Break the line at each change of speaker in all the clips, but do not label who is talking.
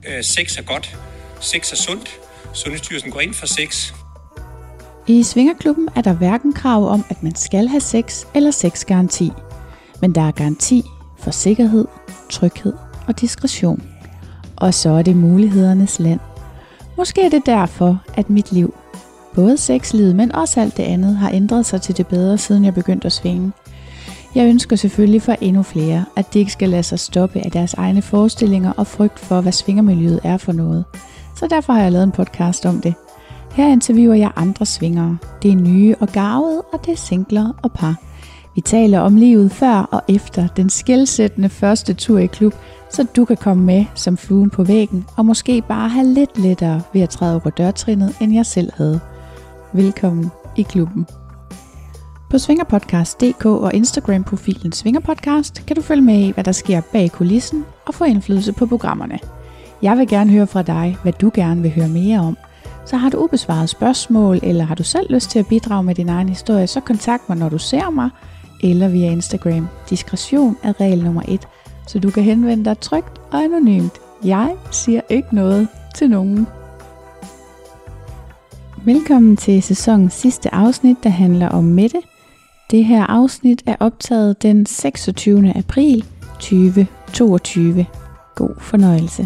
Sex er godt. Sex er sundt. Sundhedsstyrelsen går ind for sex.
I Svingerklubben er der hverken krav om, at man skal have sex eller sexgaranti. Men der er garanti for sikkerhed, tryghed og diskretion. Og så er det mulighedernes land. Måske er det derfor, at mit liv, både sexlivet, men også alt det andet, har ændret sig til det bedre, siden jeg begyndte at svinge. Jeg ønsker selvfølgelig for endnu flere, at de ikke skal lade sig stoppe af deres egne forestillinger og frygt for, hvad svingermiljøet er for noget. Så derfor har jeg lavet en podcast om det. Her interviewer jeg andre svingere. Det er nye og garvede, og det er singler og par. Vi taler om livet før og efter den skelsættende første tur i klub, så du kan komme med som fluen på væggen, og måske bare have lidt lettere ved at træde over dørtrinnet, end jeg selv havde. Velkommen i klubben. På svingerpodcast.dk og Instagram-profilen Svingerpodcast kan du følge med i, hvad der sker bag kulissen og få indflydelse på programmerne. Jeg vil gerne høre fra dig, hvad du gerne vil høre mere om. Så har du ubesvaret spørgsmål, eller har du selv lyst til at bidrage med din egen historie, så kontakt mig, når du ser mig, eller via Instagram. Diskretion er regel nummer 1, så du kan henvende dig trygt og anonymt. Jeg siger ikke noget til nogen. Velkommen til sæsonens sidste afsnit, der handler om Mette. Det her afsnit er optaget den 26. april 2022. God fornøjelse.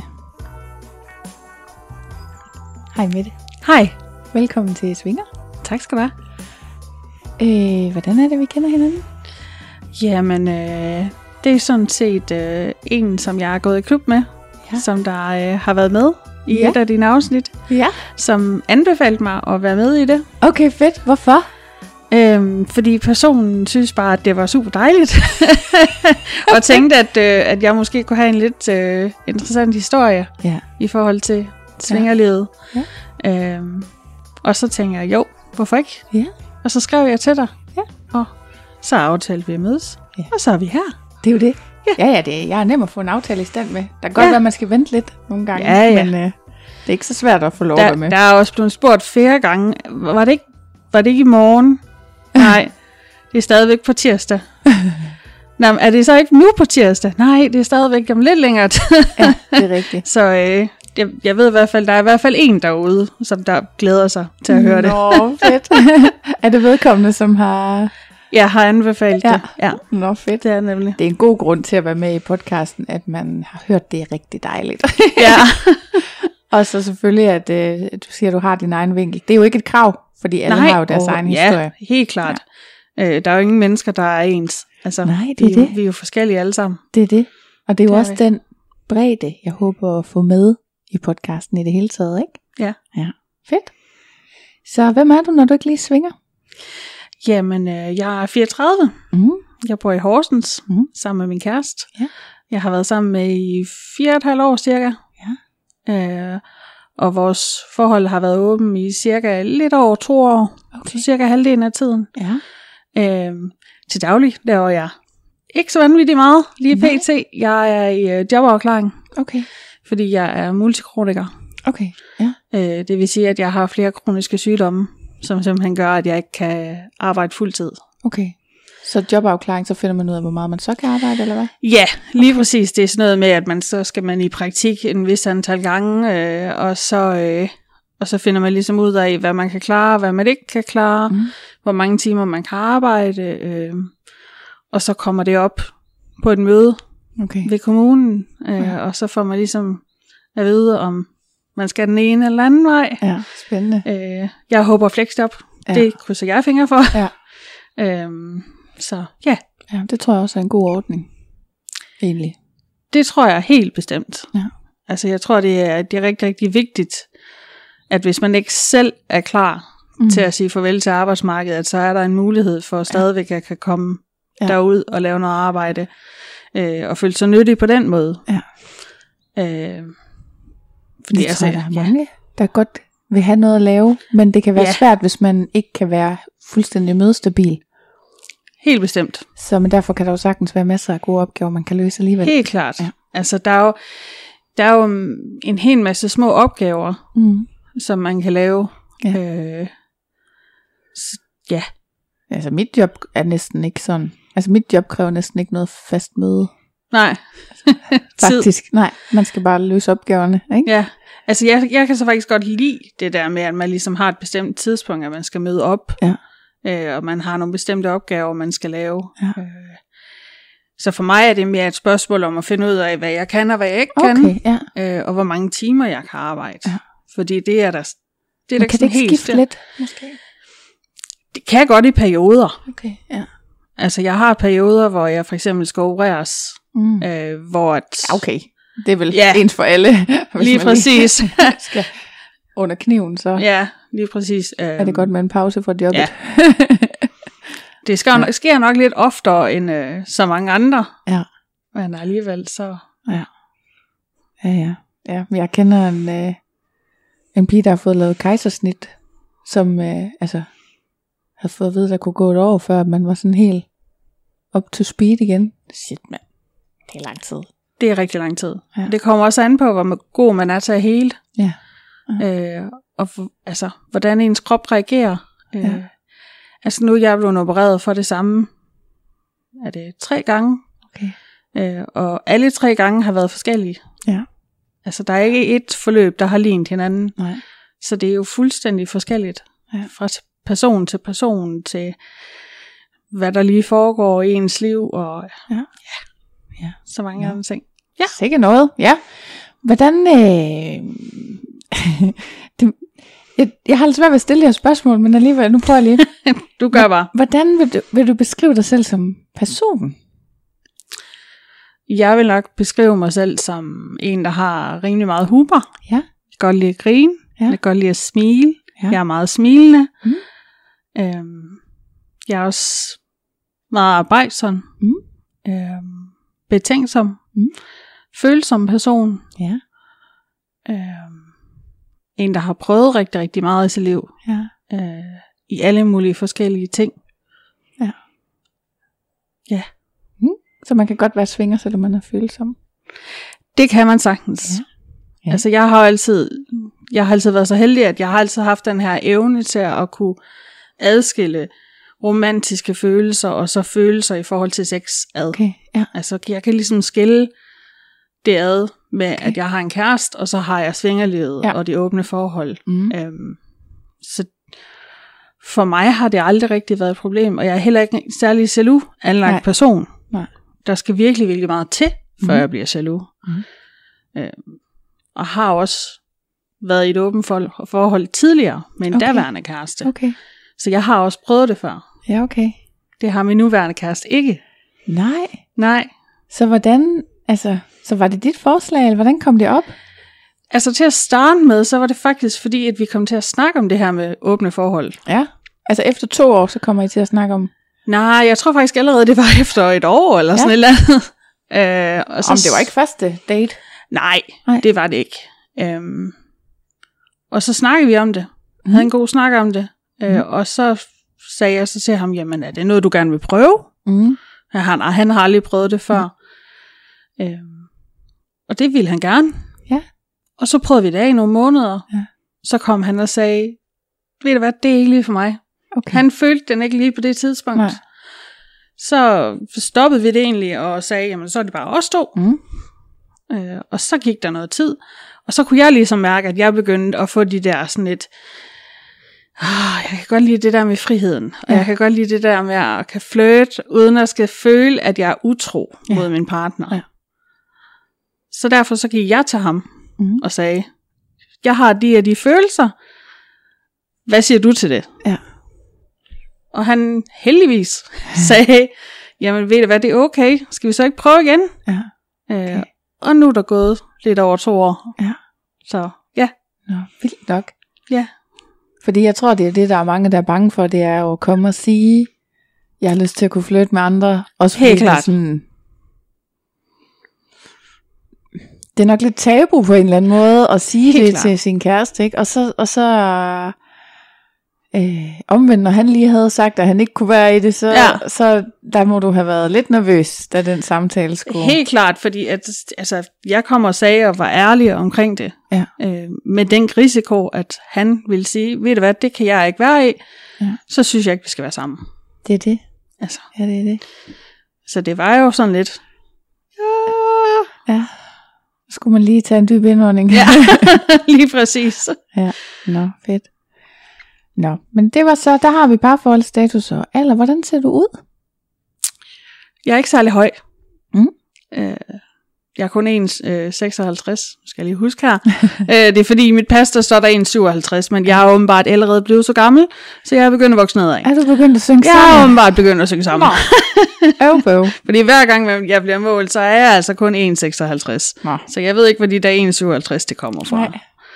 Hej Mette.
Hej.
Velkommen til Svinger.
Tak skal du have.
Hvordan er det, vi kender hinanden?
Jamen, det er sådan set en, som jeg er gået i klub med, som der har været med i et af dine afsnit, som anbefalede mig at være med i det.
Okay, fedt. Hvorfor?
Fordi personen synes bare, at det var super dejligt, og tænkte, at jeg måske kunne have en lidt interessant historie i forhold til svingerlivet. Ja. Og så tænkte jeg, jo, hvorfor ikke? Ja. Og så skrev jeg til dig, og så aftalte vi at mødes, og så er vi her.
Det er jo det. Ja, jeg er nem at få en aftale i stand med. Der kan godt være, at man skal vente lidt nogle gange, men det er ikke så svært at få lov at med.
Der er også blevet spurgt flere gange, var det ikke i morgen? Nej, det er stadigvæk på tirsdag. Nå, er det så ikke nu på tirsdag? Nej, det er stadigvæk om lidt længere.
Ja, det er rigtigt.
Så jeg ved i hvert fald, der er i hvert fald en derude, som der glæder sig til at høre det.
Nå, fedt. Er det vedkommende, som har...
Jeg har anbefalet det. Ja.
Nå, fedt.
Det er nemlig.
Det er en god grund til at være med i podcasten, at man har hørt, det er rigtig dejligt.
Ja.
Og så selvfølgelig, at du siger, at du har din egen vinkel. Det er jo ikke et krav, fordi alle har jo deres egen historie.
Ja, helt klart. Ja. Der er jo ingen mennesker, der er ens. Altså,
nej, det er det.
Vi er jo forskellige alle sammen.
Det er det. Og det er jo også den bredde, jeg håber at få med i podcasten i det hele taget, ikke? Ja. Fedt. Så hvem er du, når du ikke lige svinger?
Jamen, jeg er 34. Jeg bor i Horsens sammen med min kæreste. Ja. Jeg har været sammen med i 4,5 år cirka. Ja. Og vores forhold har været åben i cirka lidt over 2 år. Okay. Så cirka halvdelen af tiden. Ja. Til daglig laver jeg ikke så vanvittigt meget lige pt. Jeg er i jobafklaring. Okay. Fordi jeg er multikroniker.
Okay. Ja.
Det vil sige, at jeg har flere kroniske sygdomme, som simpelthen gør, at jeg ikke kan arbejde fuldtid. Okay.
Så jobafklaring, så finder man ud af, hvor meget man så kan arbejde, eller hvad?
Ja, lige præcis. Det er sådan noget med, at så skal man i praktik en vis antal gange, og så finder man ligesom ud af, hvad man kan klare, hvad man ikke kan klare, hvor mange timer man kan arbejde, og så kommer det op på et møde ved kommunen, og så får man ligesom at vide, om man skal den ene eller anden vej.
Ja, spændende.
Jeg håber flexjob. Ja. Det krydser jeg fingre for. Ja. Så ja.
Ja, det tror jeg også er en god ordning. Egentlig.
Det tror jeg helt bestemt. Ja. Altså jeg tror, det er rigtig, rigtig vigtigt, at hvis man ikke selv er klar til at sige farvel til arbejdsmarkedet, så er der en mulighed for stadigvæk at kan komme derud og lave noget arbejde, og føle sig nyttig på den måde. Ja.
Fordi jeg tror, der er mange, der godt vil have noget at lave, men det kan være svært, hvis man ikke kan være fuldstændig mødestabil.
Helt bestemt.
Så men derfor kan der jo sagtens være masser af gode opgaver, man kan løse alligevel.
Helt klart. Ja. Altså der er jo en hel masse små opgaver, som man kan lave.
Altså mit job er næsten ikke sådan. Altså mit job kræver næsten ikke noget fast møde.
Nej.
Faktisk. Nej, man skal bare løse opgaverne, ikke?
Ja, altså jeg kan så faktisk godt lide det der med, at man ligesom har et bestemt tidspunkt, at man skal møde op.
Ja.
Og man har nogle bestemte opgaver, man skal lave.
Ja.
Så for mig er det mere et spørgsmål om at finde ud af, hvad jeg kan og hvad jeg ikke
kan. Ja.
Og hvor mange timer jeg kan arbejde.
Ja.
Fordi det er der...
Men kan det ikke skifte lidt, måske?
Det kan godt i perioder.
Okay, ja.
Altså jeg har perioder, hvor jeg for eksempel skal opereres, hvor at...
Okay, det er vel ens for alle.
Lige præcis.
Skal under kniven, så
ja, lige præcis.
Er det godt med en pause fra jobbet.
Ja. Det sker nok lidt oftere end så mange andre.
Ja.
Men alligevel så...
Ja. Ja, men jeg kender en pige, der har fået lavet kejsersnit, som havde fået at vide, der kunne gå et år, før man var sådan helt up to speed igen. Shit, mand. Det er lang tid. Det er rigtig lang tid. Ja. Det kommer også an på, hvor god man er til at hele. Ja.
Og hvordan ens krop reagerer. Ja. Altså nu er jeg blevet opereret for det samme. Er det 3 gange?
Okay.
Og alle 3 gange har været forskellige.
Ja.
Altså der er ikke et forløb, der har lignet hinanden.
Nej.
Så det er jo fuldstændig forskelligt.
Ja.
Fra person til person, til hvad der lige foregår i ens liv, og
ja.
Så mange andre ting. Ja.
Sikkert noget, ja. Hvordan... jeg har lidt svært ved at stille jer spørgsmål, men alligevel, nu prøver jeg lige.
Du gør bare.
Hvordan vil du beskrive dig selv som person?
Jeg vil nok beskrive mig selv som en, der har rimelig meget humor.
Ja.
Jeg kan godt lide at grine.
Ja.
Jeg kan godt lide at smile.
Ja.
Jeg er meget smilende. Jeg er også meget arbejdsom. Betænksom. Følsom person.
Ja.
En, der har prøvet rigtig, rigtig meget i sit liv.
Ja.
I alle mulige forskellige ting.
Ja.
Ja.
Så man kan godt være svinger, selvom man er følsom.
Det kan man sagtens.
Ja. Ja.
Altså jeg har altid været så heldig, at jeg har altid haft den her evne til at kunne adskille romantiske følelser, og så følelser i forhold til sex ad.
Okay, ja.
Altså jeg kan ligesom skille det ad med, at jeg har en kæreste, og så har jeg svingerlivet og de åbne forhold. Så for mig har det aldrig rigtig været et problem, og jeg er heller ikke en særlig jaloux anlagt person.
Nej.
Der skal virkelig, virkelig meget til, før jeg bliver jaloux. Og har også været i et åbent forhold tidligere med en daværende kæreste.
Okay.
Så jeg har også prøvet det før.
Ja, okay.
Det har min nuværende kæreste ikke. Nej.
Så hvordan, så var det dit forslag, eller hvordan kom det op?
Altså til at starte med, så var det faktisk fordi, at vi kom til at snakke om det her med åbne forhold.
Ja, altså efter 2 år, så kommer I til at snakke om...
Nej, jeg tror faktisk allerede, det var efter 1 år, eller sådan et eller andet. Og så,
det var ikke første date?
Nej, det var det ikke. Og så snakkede vi om det. Havde en god snak om det. Og så sagde jeg så til ham, jamen er det noget, du gerne vil prøve? Han har aldrig prøvet det før. Og det ville han gerne.
Ja. Og
så prøvede vi det af i nogle måneder.
Ja.
Så kom han og sagde, ved du hvad, det er ikke lige for mig.
Okay.
Han følte den ikke lige på det tidspunkt.
Nej.
Så stoppede vi det egentlig og sagde, jamen så er det bare os 2. Og så gik der noget tid. Og så kunne jeg ligesom mærke, at jeg begyndte at få de der sådan lidt, jeg kan godt lide det der med friheden. Og jeg kan godt lide det der med at kan flirte, uden at skal føle, at jeg er utro mod min partner. Ja. Så derfor så gik jeg til ham og sagde, jeg har de og de følelser. Hvad siger du til det?
Ja.
Og han heldigvis sagde, jamen ved du hvad, det er okay. Skal vi så ikke prøve igen?
Ja. Okay.
Og nu er der gået lidt over 2 år.
Ja.
Så ja.
Nå, vildt nok.
Ja.
Fordi jeg tror, det er det, der er mange, der er bange for, det er jo at komme og sige, jeg har lyst til at kunne flytte med andre. Også
helt klart.
Sådan, det er nok lidt tabu på en eller anden måde at sige helt det klart til sin kæreste, ikke? Og så omvendt, når han lige havde sagt, at han ikke kunne være i det, så der må du have været lidt nervøs, da den samtale skulle...
Helt klart, fordi jeg kom og sagde og var ærlig omkring det.
Ja.
Med den risiko, at han ville sige, ved du hvad, det kan jeg ikke være i, så synes jeg ikke, vi skal være sammen.
Det er det.
Altså.
Ja, det er det.
Så det var jo sådan lidt,
Ja. Skulle man lige tage en dyb indånding?
Ja, lige præcis.
Ja, fedt. Men det var så, der har vi parforholdsstatus og alder. Hvordan ser du ud?
Jeg er ikke særlig høj. Jeg er kun 1,56, skal jeg lige huske her. Det er fordi i mit pas, der står der 1,57, men jeg er åbenbart allerede blevet så gammel, så jeg er begyndt at vokse nedad.
Er du begyndt at synge sammen?
Jeg er åbenbart begyndt at synge sammen. Fordi hver gang jeg bliver målt, så er jeg altså kun 1,56. Så jeg ved ikke, hvor de der 1,57 det kommer fra.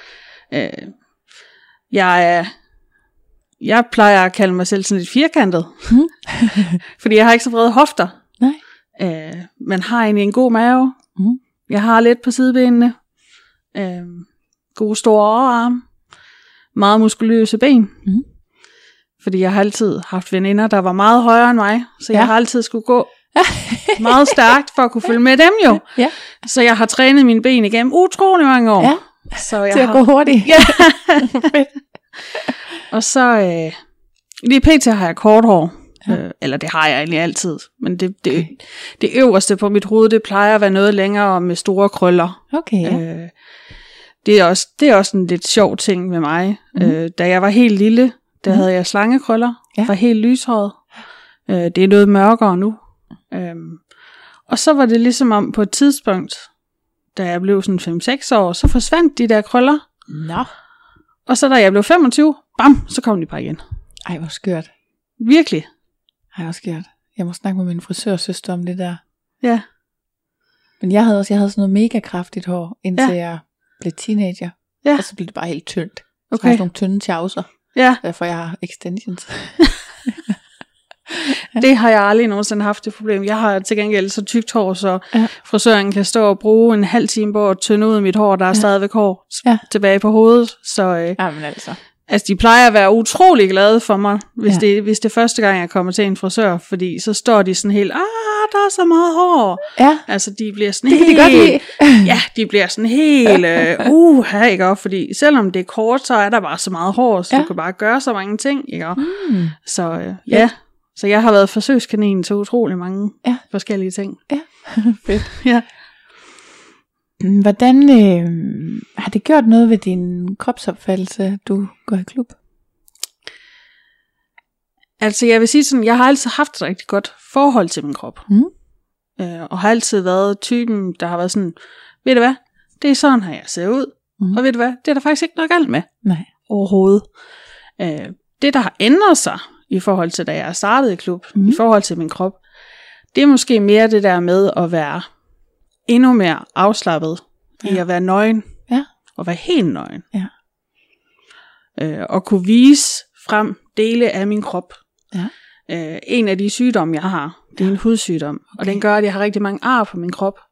Jeg plejer at kalde mig selv sådan lidt firkantet. Fordi jeg har ikke så brede hofter.
Nej.
Man har egentlig en god mave. Jeg har lidt på sidebenene. Gode store overarme. Meget muskuløse ben. Fordi jeg har altid haft veninder, der var meget højere end mig. Så jeg har altid skulle gå meget stærkt for at kunne følge med dem jo. Ja. Så jeg har trænet mine ben igennem utrolig mange år.
Ja.
Så jeg
til at gå hurtigt.
Ja. Og så lige pt. Har jeg kort hår. Eller det har jeg egentlig altid. Men det øverste på mit hoved, det plejer at være noget længere med store krøller.
Okay.
Det er også en lidt sjov ting med mig. Da jeg var helt lille, der havde jeg slangekrøller. Var helt lyshåret. Det er noget mørkere nu. Og så var det ligesom om på et tidspunkt, da jeg blev sådan 5-6 år, så forsvandt de der krøller. Og så da jeg blev 25, bam, så kom de bare igen.
Ej, hvor skørt.
Virkelig.
Ej, hvor skørt. Jeg må snakke med min frisørsøster om det der.
Ja.
Men jeg havde sådan noget mega kraftigt hår, indtil jeg blev teenager.
Ja.
Og så blev det bare helt tyndt. Så
okay.
jeg har nogle tynde tjavser.
Ja.
Derfor jeg har extensions.
Det har jeg aldrig nogensinde haft det problem. Jeg har til gengæld så tykt hår, så frisøren kan stå og bruge en halv time på at tynde ud mit hår. Der er stadigvæk hår tilbage på hovedet. Så
men altså,
de plejer at være utrolig glade for mig, hvis det er første gang, jeg kommer til en frisør. Fordi så står de sådan helt, der er så meget hår.
Ja.
Altså, de bliver sådan
det
helt...
Det kan de godt lide.
Ja, de bliver sådan helt... ikke op? Fordi selvom det er kort, så er der bare så meget hår, så du kan bare gøre så mange ting, ikke op? Så Så jeg har været forsøgskanin til utrolig mange forskellige ting.
Ja, fedt.
Ja.
Hvordan har det gjort noget ved din kropsopfattelse, at du går i klub?
Altså jeg vil sige sådan, jeg har altid haft et rigtig godt forhold til min krop. Og har altid været typen, der har været sådan, ved du hvad, det er sådan her jeg ser ud. Og ved du hvad, det er der faktisk ikke noget galt med.
Nej.
Overhovedet. Det der har ændret sig, i forhold til da jeg startede i klub, i forhold til min krop, det er måske mere det der med at være endnu mere afslappet i at være nøgen, og være helt nøgen. Og kunne vise frem dele af min krop. En af de sygdomme jeg har, det er en hudsygdom, og den gør at jeg har rigtig mange ar på min krop.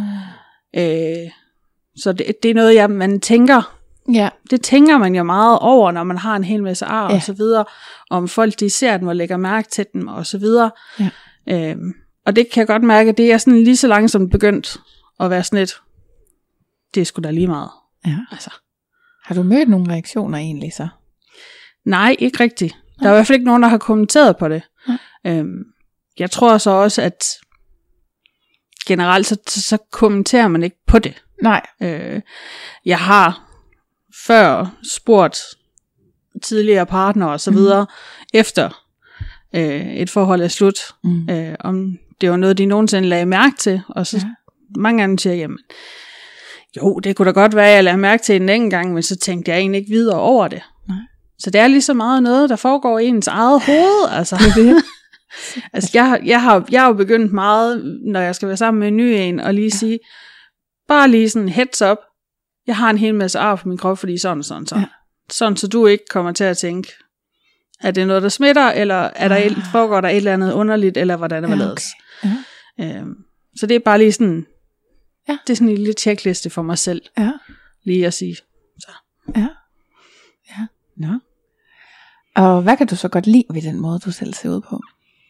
Så det er noget man tænker. Det tænker man jo meget over, når man har en hel masse ar og så videre, om folk de ser den og lægger mærke til den og så videre. Og det kan jeg godt mærke, det er sådan lige så langsomt begyndt at være sådan lidt, det er sgu da lige meget. Altså.
Har du mødt nogle reaktioner egentlig så?
Nej, ikke rigtigt. Der er i hvert fald ikke nogen, der har kommenteret på det. Jeg tror så også, at generelt så kommenterer man ikke på det.
Nej.
Jeg har før spurgt tidligere partnere og så videre, efter et forhold er slut, om det var noget, de nogensinde lagde mærke til, og så mange af dem siger, jamen, jo, det kunne da godt være, at jeg lagde mærke til den enkelt gang, men så tænkte jeg egentlig ikke videre over det. Så det er lige så meget noget, der foregår i ens eget hoved, altså. Altså, jeg har jo begyndt meget, når jeg skal være sammen med en ny en, og lige sige, bare lige sådan heads up, jeg har en hel masse ar på min krop, fordi sådan og sådan, sådan. Sådan, så du ikke kommer til at tænke, er det noget, der smitter, eller foregår der et eller andet underligt, eller hvordan det var lavet. Så det er bare lige sådan, det er sådan en lille checkliste for mig selv, lige at sige. Så.
Nå. Og hvad kan du så godt lide ved den måde, du selv ser ud på?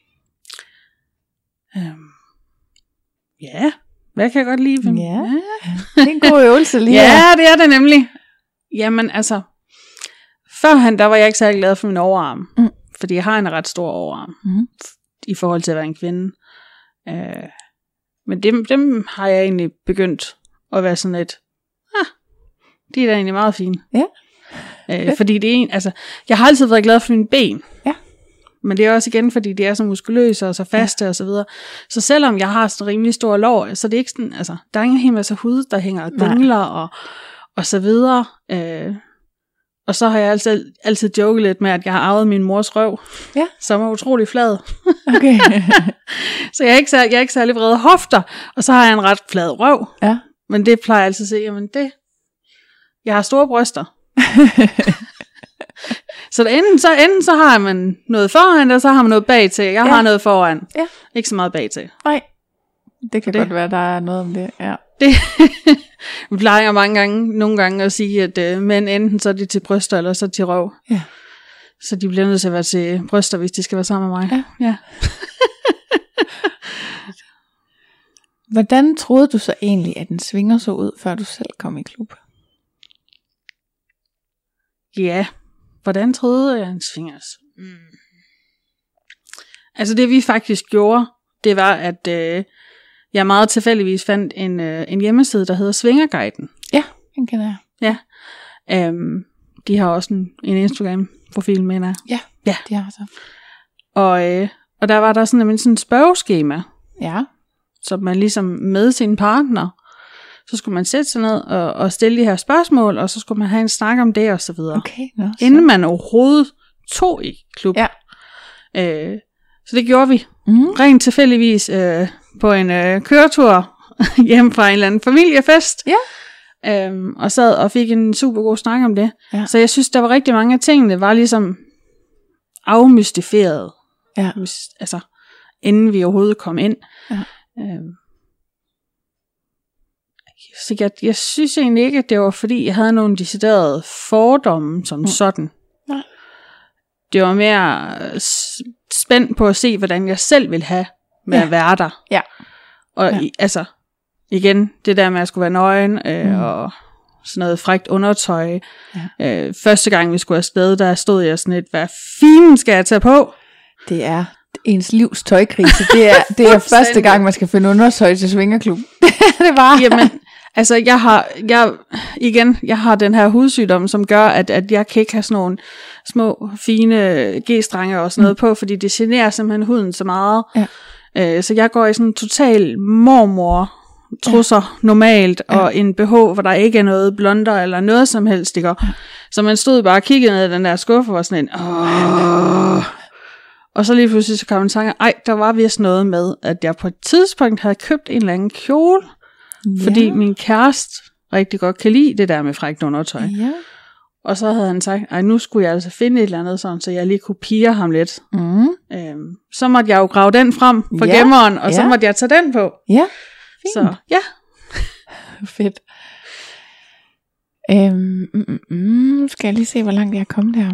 Hvad kan jeg godt lide?
Det er en god øvelse lige.
Det er det nemlig. Jamen altså, førhen der var jeg ikke særlig glad for min overarm. Fordi jeg har en ret stor overarm. I forhold til at være en kvinde. Men dem har jeg egentlig begyndt at være sådan lidt, de er da egentlig meget fine.
Ja.
Fordi det er altså, jeg har altid været glad for mine ben.
Ja.
Men det er også igen, fordi de er så muskuløse og så faste og så videre. Så selvom jeg har sådan rimelig stor lår, så det er ikke sådan, altså, der er ingen hel masse hud, der hænger og dingler og så videre. Og så har jeg altid joket lidt med, at jeg har arvet min mors røv, som er utrolig flad.
Okay.
Så jeg er ikke særlig brede hofter, og så har jeg en ret flad røv.
Ja.
Men det plejer jeg altid at sige, jamen jeg har store bryster. Så enten så har man noget foran, eller så har man noget bag til. Jeg har noget foran. Ja. Ikke så meget bag til.
Nej. Det kan godt være, der er noget om det. Ja.
Vi plejer nogle gange at sige, at mænd enten så er de til bryster, eller så til røv.
Ja.
Så de bliver nødt til at være til bryster, hvis de skal være sammen med mig. Ja.
Hvordan troede du så egentlig, at en swinger så ud, før du selv kom i klub?
Ja, hvordan troede jeg en swingers? Altså det vi faktisk gjorde, det var, at jeg meget tilfældigvis fandt en hjemmeside, der hedder Svingerguiden.
Ja, den kender jeg.
Ja. De har også en Instagram-profil, mener jeg.
Ja, de har så.
Og der var der sådan en spørgeskema.
Ja.
Så man ligesom med sin partner, så skulle man sætte sig ned og stille de her spørgsmål, og så skulle man have en snak om det og så videre.
Okay,
inden man overhovedet tog i klub. Ja. Så det gjorde vi. Rent tilfældigvis på en køretur hjem fra en eller anden familiefest. Ja. Og sad og fik en super god snak om det. Ja. Så jeg synes, der var rigtig mange af tingene, var ligesom afmystificeret. Ja. Altså, inden vi overhovedet kom ind. Ja. Så jeg synes egentlig ikke, at det var fordi, jeg havde nogle deciderede fordomme som sådan. Nej. Det var mere spændt på at se, hvordan jeg selv ville have med at være der. Ja. Og altså, igen, det der med, at jeg skulle være nøgen, og sådan noget frækt undertøj. Ja. Første gang, vi skulle afsted, der stod jeg sådan lidt, hvad fanden skal jeg tage på? Det er
ens livs tøjkrise. Det er første gang, man skal finde undertøj til svingerklub.
Det var. Jamen, altså, jeg har den her hudsygdom, som gør, at jeg kan ikke have sådan nogle små, fine g-strenge og sådan noget på, fordi det generer simpelthen huden så meget. Ja. Så jeg går i sådan total mormor trusser normalt, og en BH, hvor der ikke er noget blonder eller noget som helst, ikke? Så man stod bare og kiggede ned i den der skuffe, og sådan en, og så lige pludselig så kom man tanke, der var vist noget med, at jeg på et tidspunkt havde købt en eller anden kjole, fordi min kæreste rigtig godt kan lide det der med frækt undertøj. Ja. Og så havde han sagt, nu skulle jeg altså finde et eller andet sådan, så jeg lige kunne pirre ham lidt. Så måtte jeg jo grave den frem fra gemmeren, og så måtte jeg tage den på. Ja, fint. Så ja.
Fedt. Skal jeg lige se, hvor langt jeg er kommet her.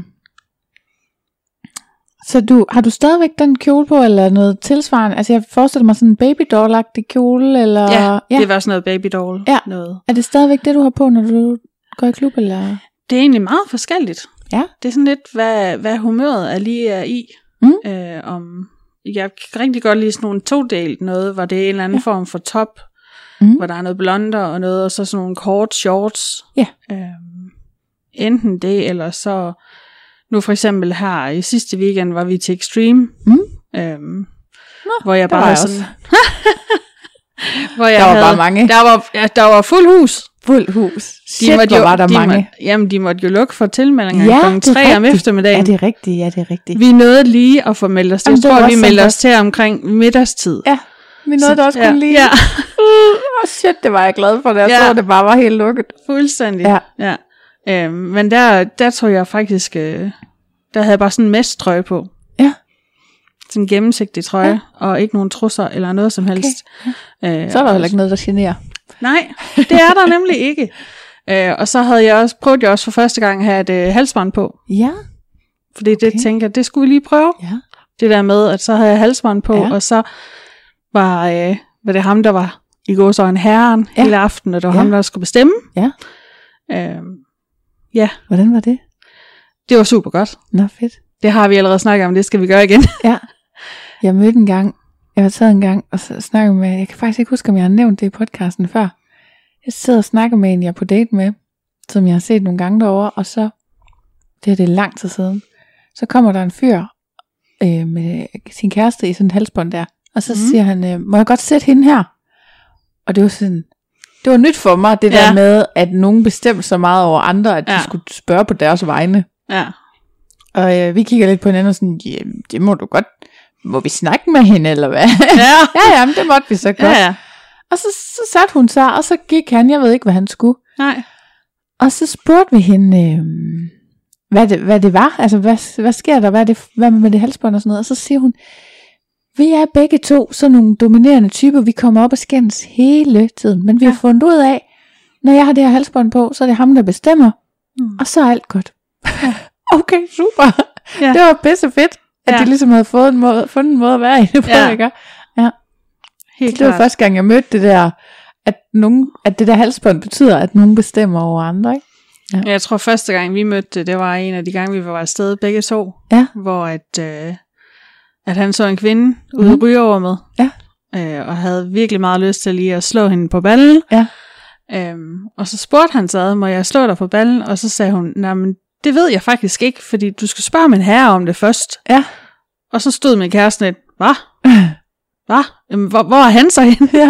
Så har du stadigvæk den kjole på, eller noget tilsvarende? Altså jeg forestiller mig sådan en babydoll-agtig kjole, eller?
Ja, det var sådan noget babydoll. Ja. Noget.
Er det stadigvæk det, du har på, når du går i klub, eller?
Det er egentlig meget forskelligt. Ja. Det er sådan lidt, hvad humøret er lige er i. Jeg kan rigtig godt lide sådan nogle todelt noget, hvor det er en eller anden form for top, hvor der er noget blonder og noget, og så sådan nogle kort shorts. Ja. Enten det, eller så... Nu for eksempel her i sidste weekend var vi til Extreme, hvor jeg bare sådan...
hvor jeg der var bare mange.
Der var fuld hus.
Fuld hus.
Shit, hvor var der mange. De måtte jo lukke for tilmeldinger kl. 3 om eftermiddagen.
Ja, det er rigtigt.
Vi nåede lige at få meldt os til. Jeg tror, vi meldte os til omkring middagstid.
Ja, vi nåede det også kun lige. Ja. Shit, det var jeg glad for. Jeg tror, det bare var helt lukket.
Fuldstændig. Ja. Men der tror jeg faktisk, der havde jeg bare sådan en mesttrøje på. Ja. Sådan en gennemsigtig trøje, og ikke nogen trusser eller noget som helst.
Okay. Så er der heller ikke noget, der generer.
Nej, det er der nemlig ikke. Og så havde jeg også for første gang at have et halsbånd på. Ja. Fordi det tænker jeg, det skulle vi lige prøve. Ja. Det der med, at så havde jeg halsbånd på, og så var det ham, der var i går så en herren hele aften, og det var ham, der skulle bestemme. Ja. Ja.
Hvordan var det?
Det var super godt.
Nå, fedt.
Det har vi allerede snakket om, det skal vi gøre igen.
Ja. Jeg mødte engang Jeg har taget en gang og snakket med, jeg kan faktisk ikke huske, om jeg har nævnt det i podcasten før. Jeg sidder og snakker med en, jeg er på date med, som jeg har set nogle gange derovre, og så, det er lang tid siden, så kommer der en fyr med sin kæreste i sådan et halsbånd der, og så siger han, må jeg godt sætte hende her? Og det var sådan, det var nyt for mig, det der med, at nogen bestemte så meget over andre, at de skulle spørge på deres vegne.
Ja.
Og vi kigger lidt på hinanden og sådan, det må du godt, må vi snakke med hende, eller hvad? ja, men det måtte vi så godt. Ja. Og så satte hun sig, og så gik han, jeg ved ikke, hvad han skulle.
Nej.
Og så spurgte vi hende, hvad det var, altså hvad sker der, hvad med det halsbånd og sådan noget, og så siger hun, vi er begge to sådan nogle dominerende typer, vi kommer op og skændes hele tiden, men vi har fundet ud af, når jeg har det her halsbånd på, så er det ham, der bestemmer, og så er alt godt. Okay, super. Ja. Det var pisse fedt, at de ligesom havde fundet en måde at være i det på, ikke? Ja. Helt det var første gang, jeg mødte det der, at det der halsbånd betyder, at nogen bestemmer over andre, ikke? Ja.
Jeg tror første gang vi mødte det var en af de gange vi var afsted begge to, hvor at han så en kvinde ude i rygerummet, og havde virkelig meget lyst til lige at slå hende på ballen, og så spurgte han så, må jeg slå dig på ballen, og så sagde hun, nej, men det ved jeg faktisk ikke, fordi du skal spørge min herre om det først. Og så stod min kæreste lidt, hvad? Jamen, hvor er han så henne?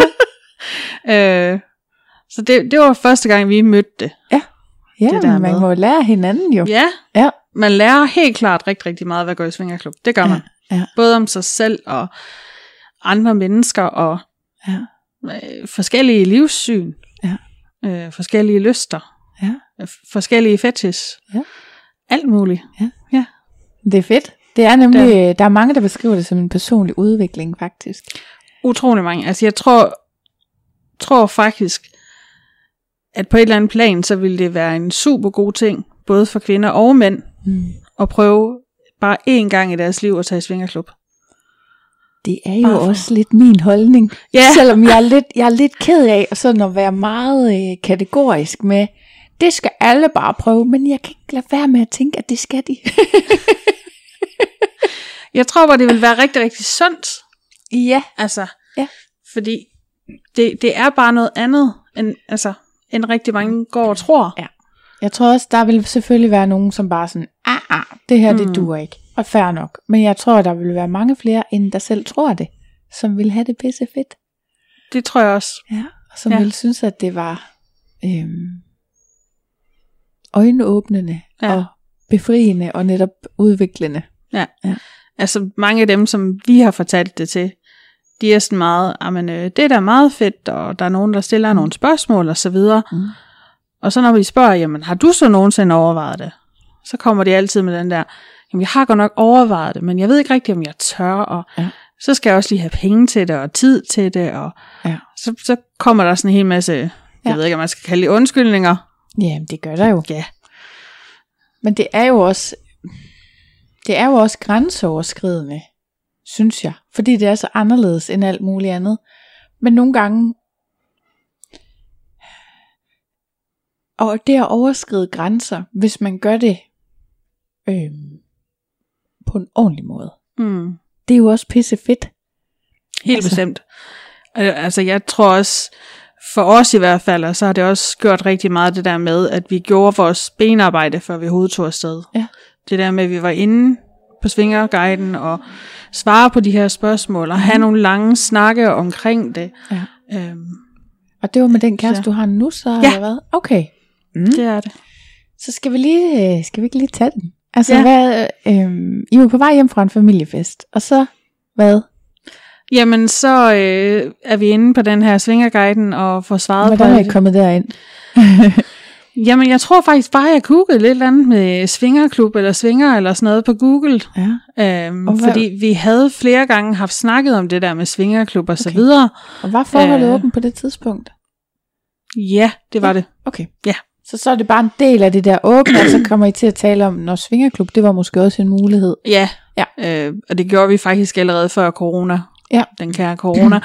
Så det var første gang vi mødte det.
Ja, det der man må lære hinanden jo.
Ja, man lærer helt klart rigtig, rigtig meget ved at gå i svingerklub. Det gør man. Både om sig selv og andre mennesker og forskellige livssyn, forskellige lyster, forskellige fetish, alt muligt. Ja.
Det er fedt. Det er nemlig, der er mange, der beskriver det som en personlig udvikling faktisk.
Utrolig mange. Altså jeg tror faktisk, at på et eller andet plan, så ville det være en super god ting, både for kvinder og mænd, at prøve bare én gang i deres liv at tage i svingerklub.
Det er jo også lidt min holdning, selvom jeg er lidt ked af sådan at være meget kategorisk med, det skal alle bare prøve, men jeg kan ikke lade være med at tænke, at det skal de.
Jeg tror bare, det vil være rigtig, rigtig sundt.
Ja.
Altså, fordi det er bare noget andet, end rigtig mange går og tror. Ja.
Jeg tror også, der vil selvfølgelig være nogen, som bare sådan, det her, det duer ikke. Og fair nok. Men jeg tror, der vil være mange flere, end der selv tror det, som vil have det pisse fedt.
Det tror jeg også.
Ja, og som vil synes, at det var øjenåbnende og befriende og netop udviklende.
Ja. Altså mange af dem, som vi har fortalt det til, de er sådan meget, det er da meget fedt, og der er nogen, der stiller nogle spørgsmål og så videre. Og så når vi spørger, jamen har du så nogensinde overvejet det? Så kommer de altid med den der, jamen jeg har godt nok overvejet det, men jeg ved ikke rigtigt, om jeg tør, og så skal jeg også lige have penge til det, og tid til det, og så kommer der sådan en hel masse, jeg ved ikke, om man skal kalde det undskyldninger.
Jamen det gør der jo.
Ja.
Men det er jo også grænseoverskridende, synes jeg, fordi det er så anderledes end alt muligt andet. Men nogle gange, og det at overskride grænser, hvis man gør det på en ordentlig måde, det er jo også pisse fedt.
Helt bestemt. Altså jeg tror også, for os i hvert fald, så har det også gjort rigtig meget det der med, at vi gjorde vores benarbejde, før vi overhovedet tog afsted. Ja. Det der med, at vi var inde på Svingerguiden og svare på de her spørgsmål, og have nogle lange snakke omkring det. Ja.
Og det var med den kæreste, du har nu, så eller hvad? Okay.
Det er det.
Så skal vi ikke lige tage den? Altså, I var på vej hjem fra en familiefest, og så, hvad?
Jamen, så er vi inde på den her Svingerguiden og får svaret på det.
Hvordan er I kommet derind?
Jamen, jeg tror faktisk bare, jeg googlede lidt eller andet med svingerklub eller svinger eller sådan noget på Google. Ja. Fordi vi havde flere gange haft snakket om det der med svingerklub og så videre.
Og var forholdet åbent på det tidspunkt?
Ja, det var det.
Okay.
Ja.
Så er det bare en del af det der åbne, og så kommer I til at tale om, når svingerklub, det var måske også en mulighed.
Ja. Og det gjorde vi faktisk allerede før corona. Ja. Den kære corona.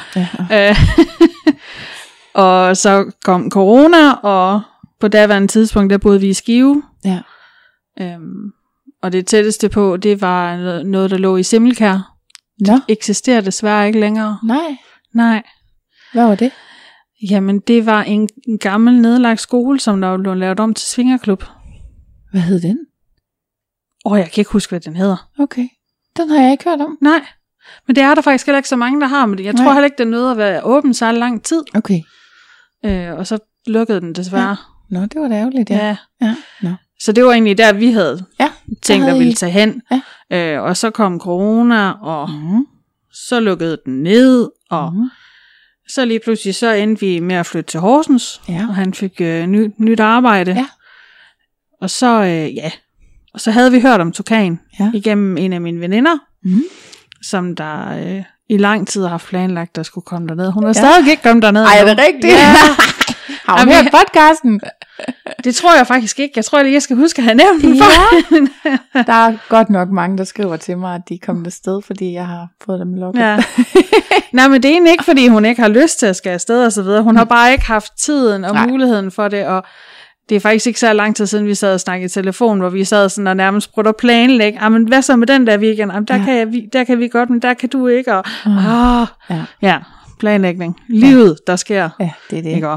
Og så kom corona, og på daværende tidspunkt, der boede vi i Skive. Ja. Og det tætteste på, det var noget, der lå i Simmelkær. eksisterer desværre ikke længere.
Nej. Hvad var det?
Jamen, det var en gammel nedlagt skole, som der var blevet lavet om til svingerklub.
Hvad hed den?
Jeg kan ikke huske, hvad den hedder.
Okay. Den har jeg ikke hørt om.
Nej, men det er der faktisk heller ikke så mange, der har. Men jeg tror heller ikke, den nåede at være åben så lang tid.
Okay.
Og så lukkede den desværre.
Ja. Nå, det var da ærgerligt, ja. Nå.
Så det var egentlig der, vi havde tænkt at ville tage hen. Ja. Og så kom corona, og så lukkede den ned, og så lige pludselig så endte vi med at flytte til Horsens, og han fik nyt arbejde. Ja. Og så, og så havde vi hørt om Tukan igennem en af mine veninder, som der i lang tid har haft planlagt, der skulle komme derned. Hun har stadig ikke kommet derned.
Ej, er det rigtigt? Ja. Har hun hørt podcasten?
Det tror jeg faktisk ikke. Jeg tror, at jeg skal huske at have nævnt den for.
Der er godt nok mange, der skriver til mig, at de er kommet afsted, fordi jeg har fået dem lukket. Ja.
Nej, men det er egentlig ikke, fordi hun ikke har lyst til at skal afsted og så videre. Hun har bare ikke haft tiden og muligheden for det, og det er faktisk ikke så lang tid siden, vi sad og snakkede i telefon, hvor vi sad sådan og nærmest prøvede at planlægge. Men hvad så med den der weekend? Der kan vi godt, men der kan du ikke. Og, planlægning. Livet, der sker.
Ja, det er det.
Ikke?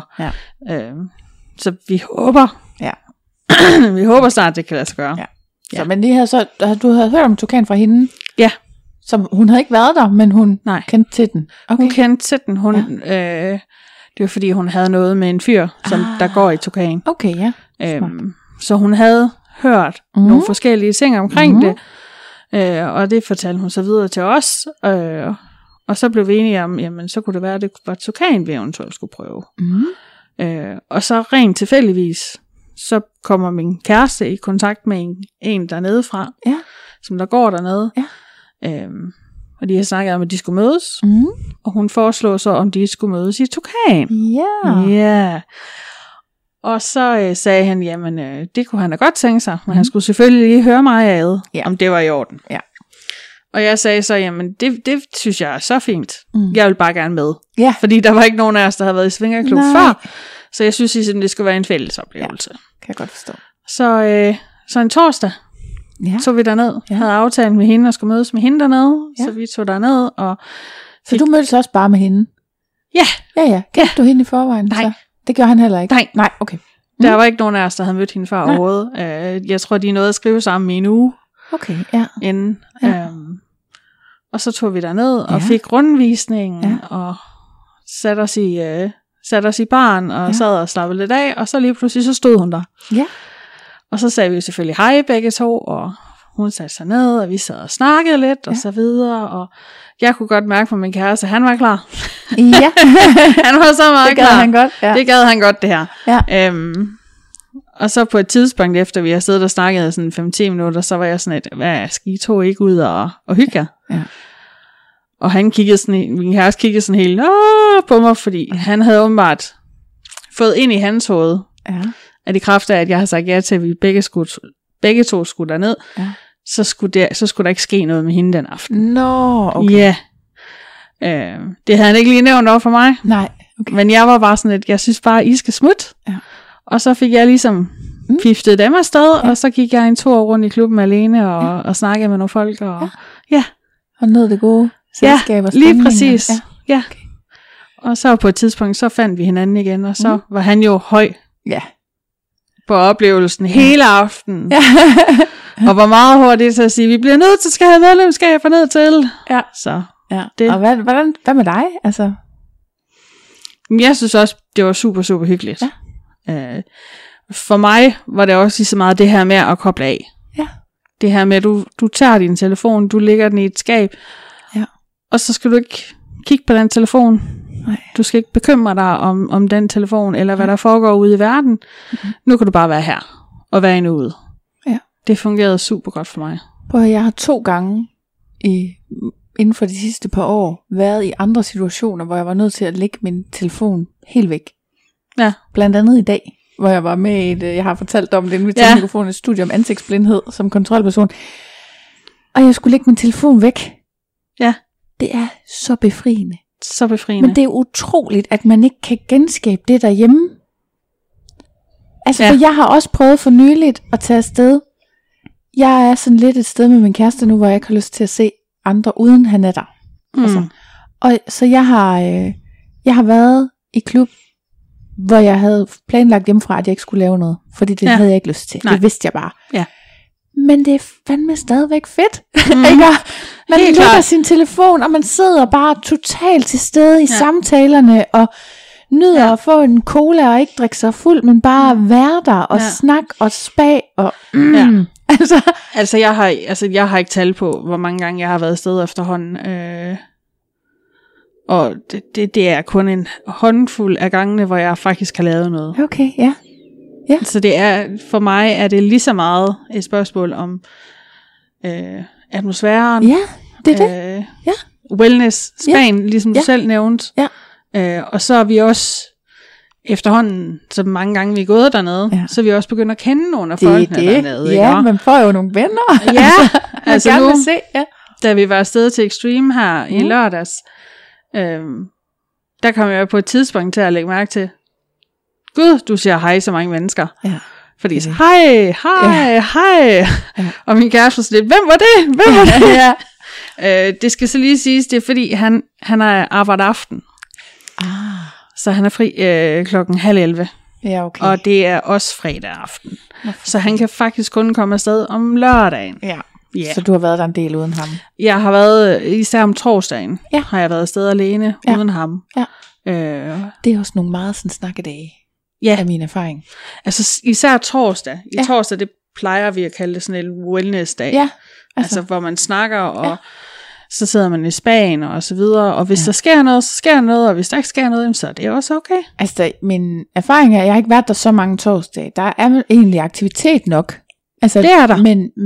Så vi håber. Ja. Vi håber snart, det kan lade sig gøre. Ja.
Så, men du havde hørt om Tukan fra hende?
Ja.
Som, hun havde ikke været der, men hun kendte til den?
Okay. Hun kendte til den. Det var fordi, hun havde noget med en fyr, som der går i Tukan.
Okay, ja.
Så hun havde hørt nogle forskellige ting omkring det. Og det fortalte hun så videre til os. Og så blev vi enige om, jamen så kunne det være, at det var Tukan, vi eventuelt skulle prøve. Og så rent tilfældigvis, så kommer min kæreste i kontakt med en dernede fra, som der går dernede. Ja. Og de har snakket om, at de skulle mødes. Og hun foreslår så, om de skulle mødes i Tukan. Ja. Og så sagde han, jamen det kunne han da godt tænke sig, men han skulle selvfølgelig lige høre mig ad, om det var i orden. Ja. Og jeg sagde så, jamen det synes jeg er så fint. Jeg vil bare gerne med. Ja. Fordi der var ikke nogen af os, der havde været i svingerklub før. Så jeg synes ligesom, det skulle være en fælles oplevelse. Ja,
kan jeg godt forstå.
Så en torsdag tog vi derned. Jeg havde aftalt med hende og skulle mødes med hende dernede. Så vi tog derned.
Så du mødtes også bare med hende?
Ja.
Ja. Kendte du hende i forvejen?
Nej.
Så? Det gjorde han heller ikke?
Nej,
okay.
Der var ikke nogen af os, der havde mødt hende før overhovedet. Jeg tror, de nåede at skrive sammen i en uge.
Okay, ja.
Inden. Ja. Og så tog vi derned og fik rundvisningen og satte os i baren og sad og slappede lidt af, og så lige pludselig så stod hun der. Ja. Og så sagde vi jo selvfølgelig hej begge to, og hun satte sig ned, og vi sad og snakkede lidt og så videre, og jeg kunne godt mærke på min kæreste, han var klar. Ja. Han var så meget klar.
Det gad han godt. Ja.
Det gad han godt, det her. Ja. Og så på et tidspunkt, efter vi har siddet og snakket sådan 5-10 minutter, så var jeg sådan hvad skal I to ikke ud og hygge jer? Ja. Og han kiggede sådan, min kæreste kiggede sådan helt på mig, fordi han havde åbenbart fået ind i hans hoved, at i kraft af, at jeg har sagt ja til, at vi begge to skulle derned, så skulle der ikke ske noget med hende den aften.
Okay.
Ja. Det havde han ikke lige nævnt over for mig.
Nej. Okay.
Men jeg var bare sådan jeg synes bare, I skal smutte. Ja. Og så fik jeg ligesom piftet dem afsted, og så gik jeg en tur rundt i klubben alene, og snakkede med nogle folk, og
og nød det gode selskab og
lige præcis. Ja. Okay. Og så på et tidspunkt, så fandt vi hinanden igen, og så var han jo høj på oplevelsen hele aftenen. Ja. Og var meget hurtigt til at sige, vi bliver nødt til at skal have medlemskab for ned til. Ja. Så
det. Og hvad med dig? Altså?
Jeg synes også, det var super, super hyggeligt. Ja. For mig var det også lige så meget det her med at koble af. Ja. Det her med, at du tager din telefon, du lægger den i et skab, og så skal du ikke kigge på den telefon. Nej. Du skal ikke bekymre dig om den telefon, eller hvad der foregår ude i verden. Nu kan du bare være her, og være inde ude. Ja. Det fungerede super godt for mig.
Jeg har 2 gange inden for de sidste par år været i andre situationer, hvor jeg var nødt til at lægge min telefon helt væk. Ja. Blandt andet i dag, hvor jeg var med i jeg har fortalt om det, inden vi tager mikrofonen, et studie om ansigtsblindhed som kontrolperson. Og jeg skulle lægge min telefon væk. Ja. Det er så befriende.
Så befriende.
Men det er utroligt, at man ikke kan genskabe det derhjemme. Altså, for jeg har også prøvet for nyligt at tage afsted. Jeg er sådan lidt et sted med min kæreste nu, hvor jeg ikke har lyst til at se andre, uden han er der. Altså, og så jeg har været i klub, hvor jeg havde planlagt hjemmefra, at jeg ikke skulle lave noget, fordi det havde jeg ikke lyst til. Det vidste jeg bare. Ja. Men det er fandme stadigvæk fedt. Ikke? Man lukker sin telefon, og man sidder bare totalt til stede i samtalerne, og nyder at få en cola og ikke drikke sig fuld, men bare være der og snakke og spag og
Altså jeg har ikke tal på, hvor mange gange jeg har været afsted efterhånden. Og det er kun en håndfuld af gangene, hvor jeg faktisk har lavet noget.
Okay, ja.
Så det er, for mig er det lige så meget et spørgsmål om atmosfæren.
Ja, det er det.
Wellness, Spanien, ligesom du selv nævnte. Ja. Og så er vi også efterhånden, så mange gange vi er gået dernede, så er vi også begyndt at kende nogle af folkene dernede.
Ja, man får jo nogle venner.
Ja, altså nu,
se,
da vi var afsted til Extreme her i lørdags, der kom jeg på et tidspunkt til at lægge mærke til, Gud, du siger hej så mange mennesker. Ja. Fordi så, hej. Ja. Og min kæreste var sådan lidt, hvem var det? Ja. Det skal så lige siges, det er fordi, han har arbejdet aften. Så han er fri 10:30.
Ja, okay.
Og det er også fredag aften. Så han kan faktisk kun komme afsted om lørdagen.
Ja. Så du har været der en del uden ham?
Jeg har været, især om torsdagen, har jeg været afsted alene uden ham. Ja.
Det er også nogle meget sådan snakkedage. Ja. Af min erfaring.
Altså især torsdag. Torsdag, det plejer vi at kalde det sådan en wellness-dag. Ja. Altså hvor man snakker, og så sidder man i Spanien og så videre. Og hvis der sker noget, så sker der noget. Og hvis der ikke sker noget, så er det også okay.
Altså min erfaring er, at jeg har ikke været der så mange torsdage. Der er egentlig aktivitet nok. Altså,
det er der.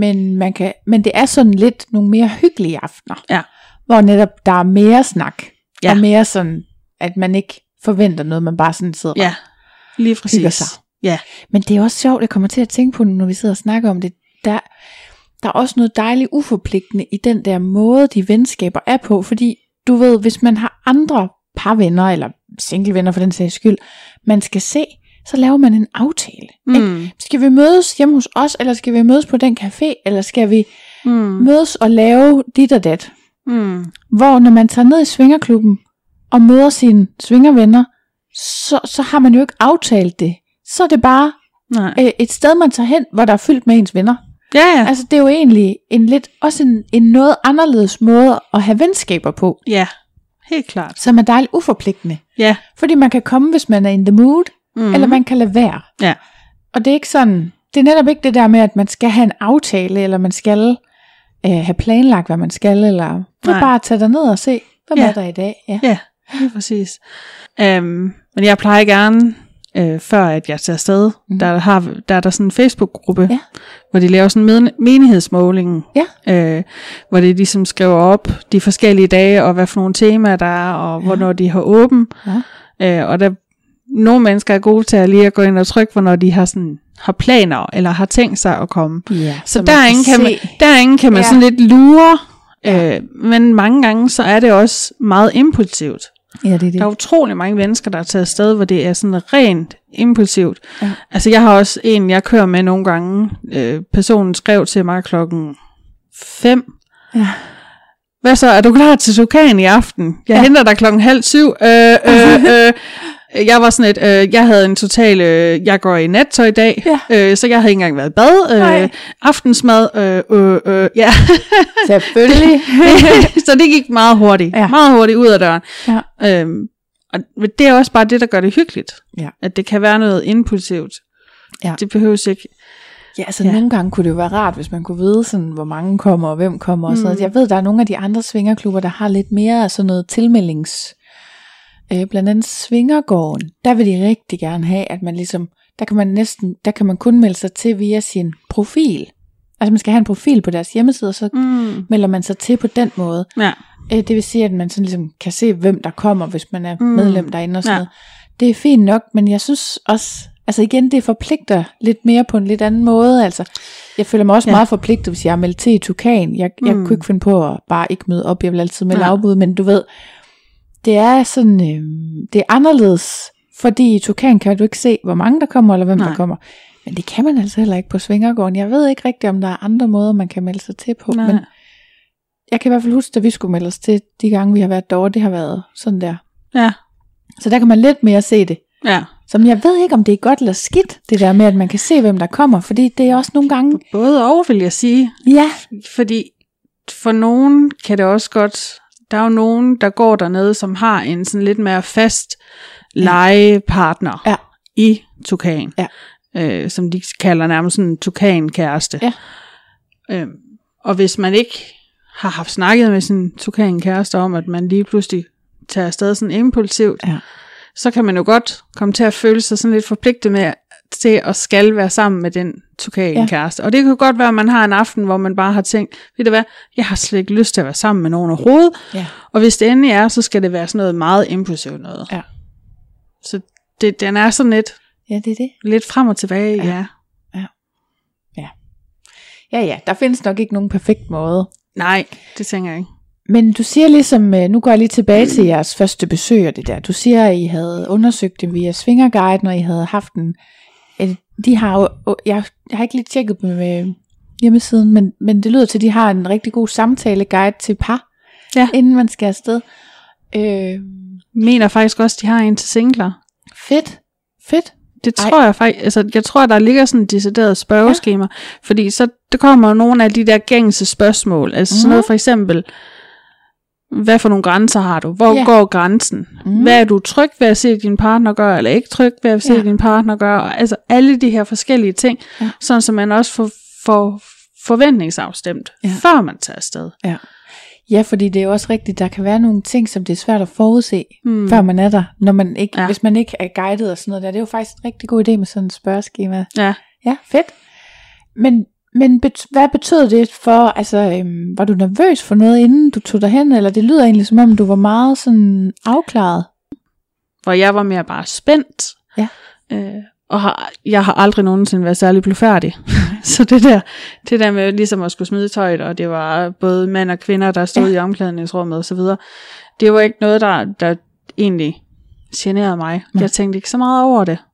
Men det er sådan lidt nogle mere hyggelige aftener. Ja. Hvor netop der er mere snak. Og mere sådan, at man ikke forventer noget, man bare sådan sidder og
lige præcis.
Ja. Men det er også sjovt, jeg kommer til at tænke på, når vi sidder og snakker om det. Der er også noget dejligt uforpligtende i den der måde, de venskaber er på. Fordi du ved, hvis man har andre parvenner, eller singlevenner for den sags skyld, man skal se, så laver man en aftale. Ikke? Skal vi mødes hjemme hos os, eller skal vi mødes på den café, eller skal vi mødes og lave dit og dat? Hvor når man tager ned i svingerklubben, og møder sine svingervenner, så har man jo ikke aftalt det. Så er det bare et sted, man tager hen, hvor der er fyldt med ens venner.
Ja.
Altså det er jo egentlig en noget anderledes måde at have venskaber på.
Ja, helt klart.
Som er dejligt uforpligtende.
Ja.
Fordi man kan komme, hvis man er in the mood, eller man kan lade være.
Ja.
Og det er ikke sådan, det er netop ikke det der med, at man skal have en aftale, eller man skal have planlagt, hvad man skal, eller bare tage derned og se, hvad er der i dag.
Ja, lige præcis. Men jeg plejer gerne, før at jeg tager afsted, der er der sådan en Facebook-gruppe, hvor de laver sådan en menighedsmåling, hvor de ligesom skriver op de forskellige dage, og hvad for nogle temaer der er, og hvornår de har åben. Og der nogle mennesker er gode til at lige at gå ind og trykke, hvornår de har planer, eller har tænkt sig at komme. Så derinde kan man sådan lidt lure, men mange gange så er det også meget impulsivt.
Ja, det er det.
Der er utrolig mange mennesker, der er taget afsted, hvor det er sådan rent impulsivt. Ja. Altså jeg har også en, jeg kører med nogle gange. Personen skrev til mig 5:00. Ja. Hvad så, er du klar til Tukan i aften? Jeg henter dig 6:30. Jeg var sådan jeg havde en total, jeg går i nattøj i dag, så jeg havde ikke engang været i bad, aftensmad, ja.
Selvfølgelig.
Så det gik meget hurtigt, meget hurtigt ud af døren. Ja. Og det er også bare det, der gør det hyggeligt, at det kan være noget impulsivt. Ja. Det behøves ikke.
Ja, altså nogle gange kunne det jo være rart, hvis man kunne vide, sådan, hvor mange kommer, og hvem kommer. Og sådan noget. Jeg ved, der er nogle af de andre svingerklubber, der har lidt mere af sådan noget tilmeldings. Blandt andet Svingergården, der vil de rigtig gerne have, at man ligesom, der kan man kun melde sig til via sin profil. Altså man skal have en profil på deres hjemmeside, og så melder man sig til på den måde. Ja. Det vil sige, at man sådan ligesom kan se, hvem der kommer, hvis man er medlem derinde og sådan noget. Det er fint nok, men jeg synes også, altså igen, det forpligter lidt mere på en lidt anden måde. Altså, jeg føler mig også meget forpligtet, hvis jeg er meldt til i Tukan. Jeg kunne ikke finde på at bare ikke møde op. Jeg vil altid melde afbud, men du ved, det er sådan, det er anderledes, fordi i Tukan kan du ikke se, hvor mange der kommer, eller hvem der kommer. Men det kan man altså heller ikke på Svingergården. Jeg ved ikke rigtigt, om der er andre måder, man kan melde sig til på. Men jeg kan i hvert fald huske, da vi skulle melde os til de gange, vi har været derovre, det har været sådan der.
Ja.
Så der kan man lidt mere se det.
Ja.
Som jeg ved ikke, om det er godt eller skidt, det der med, at man kan se, hvem der kommer, fordi det er også nogle gange...
Både og, vil jeg sige.
Ja.
Fordi for nogen kan det også godt... Der er jo nogen, der går dernede, som har en sådan lidt mere fast legepartner i Tukan. Ja. Som de kalder nærmest sådan en Tukan-kæreste. Ja. Og hvis man ikke har haft snakket med sin Tukan-kæreste om, at man lige pludselig tager afsted sådan impulsivt, så kan man jo godt komme til at føle sig sådan lidt forpligtet med til at skal være sammen med den Tukan-kæreste. Og det kan jo godt være, at man har en aften, hvor man bare har tænkt, ved du hvad, jeg har slet ikke lyst til at være sammen med nogen overhovedet. Ja. Og hvis det endelig er, så skal det være sådan noget meget impulsivt noget. Ja. Så den er sådan lidt,
det er det.
Lidt frem og tilbage,
Ja, der findes nok ikke nogen perfekt måde.
Nej, det tænker jeg ikke.
Men du siger ligesom, nu går jeg lige tilbage til jeres første besøg og det der. Du siger, at I havde undersøgt det via Svingerguiden, og I havde haft en... De har jo, jeg har ikke lige tjekket dem med hjemmesiden, men det lyder til, at de har en rigtig god samtaleguide til par, inden man skal afsted.
Mener faktisk også, de har en til singler.
Fedt.
Det tror jeg faktisk, altså jeg tror, der ligger sådan et decideret spørgeskema, fordi så der kommer nogle af de der gængse spørgsmål, altså sådan noget for eksempel, hvad for nogle grænser har du? Hvor går grænsen? Hvad er du tryg ved at se din partner gøre, eller ikke tryg ved at se din partner gøre? Altså alle de her forskellige ting, sådan så man også får forventningsafstemt, før man tager afsted.
Ja, fordi det er jo også rigtigt, der kan være nogle ting, som det er svært at forudse, før man er der, når man ikke, hvis man ikke er guidet og sådan noget der. Det er jo faktisk en rigtig god idé med sådan et spørgeskema. Ja, fedt. Men hvad betød det for, altså var du nervøs for noget, inden du tog derhen, eller det lyder egentlig som om, du var meget sådan afklaret?
Hvor jeg var mere bare spændt, og jeg har aldrig nogensinde været særlig blufærdig. Så det der med ligesom at skulle smide tøjet, og det var både mænd og kvinder, der stod i omklædningsrummet og så videre, det var ikke noget, der egentlig generede mig. Jeg tænkte ikke så meget over det.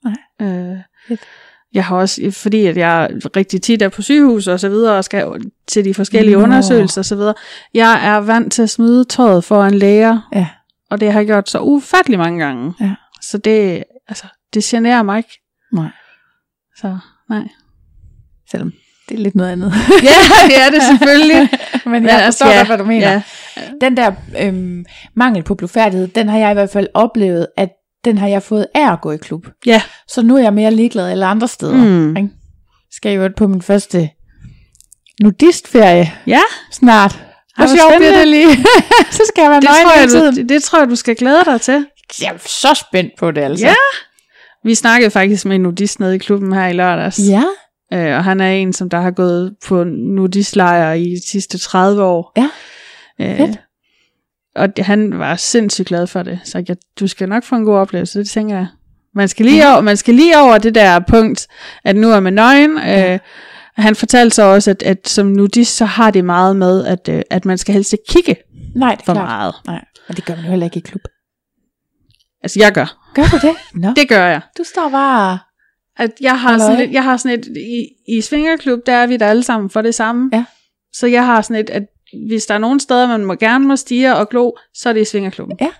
Jeg har også, fordi at jeg rigtig tit er på sygehus og så videre, og skal til de forskellige undersøgelser og så videre, jeg er vant til at smide tøjet for en læge, og det har jeg gjort så ufattelig mange gange. Så det generer mig ikke.
Nej.
Så nej.
Selvom det er lidt noget andet.
Ja, det er det selvfølgelig.
Men jeg forstår godt, hvad du mener. Den der mangel på blufærdighed, den har jeg i hvert fald oplevet, at den har jeg fået af at gå i klub. Ja. Så nu er jeg mere ligeglad eller andre steder. Ikke? Skal jeg jo på min første nudistferie snart. Hvor sjovt bliver det lige. Så skal jeg være nøgen hele tiden.
Det tror jeg, du skal glæde dig til.
Jeg er så spændt på det altså.
Ja. Vi snakkede faktisk med en nudist nede i klubben her i lørdags.
Ja.
Og han er en, som der har gået på nudistlejre i de sidste 30 år.
Ja, fedt.
Og han var sindssygt glad for det. Så du skal nok få en god oplevelse, det tænker jeg. Man skal lige over det der punkt, at nu er man nøgen. Han fortalte så også, at som nudist, så har det meget med, at man skal helst ikke kigge for klart. Meget.
Nej, og det gør man jo heller ikke i klub.
Altså, jeg gør.
Gør du det? No.
Det gør jeg.
Du står bare...
At jeg har sådan et i svingerklub, der er vi der alle sammen for det samme. Ja. Så jeg har sådan et, at hvis der er nogle steder, man gerne må stige og glo, så er det i svingerklubben. Ja.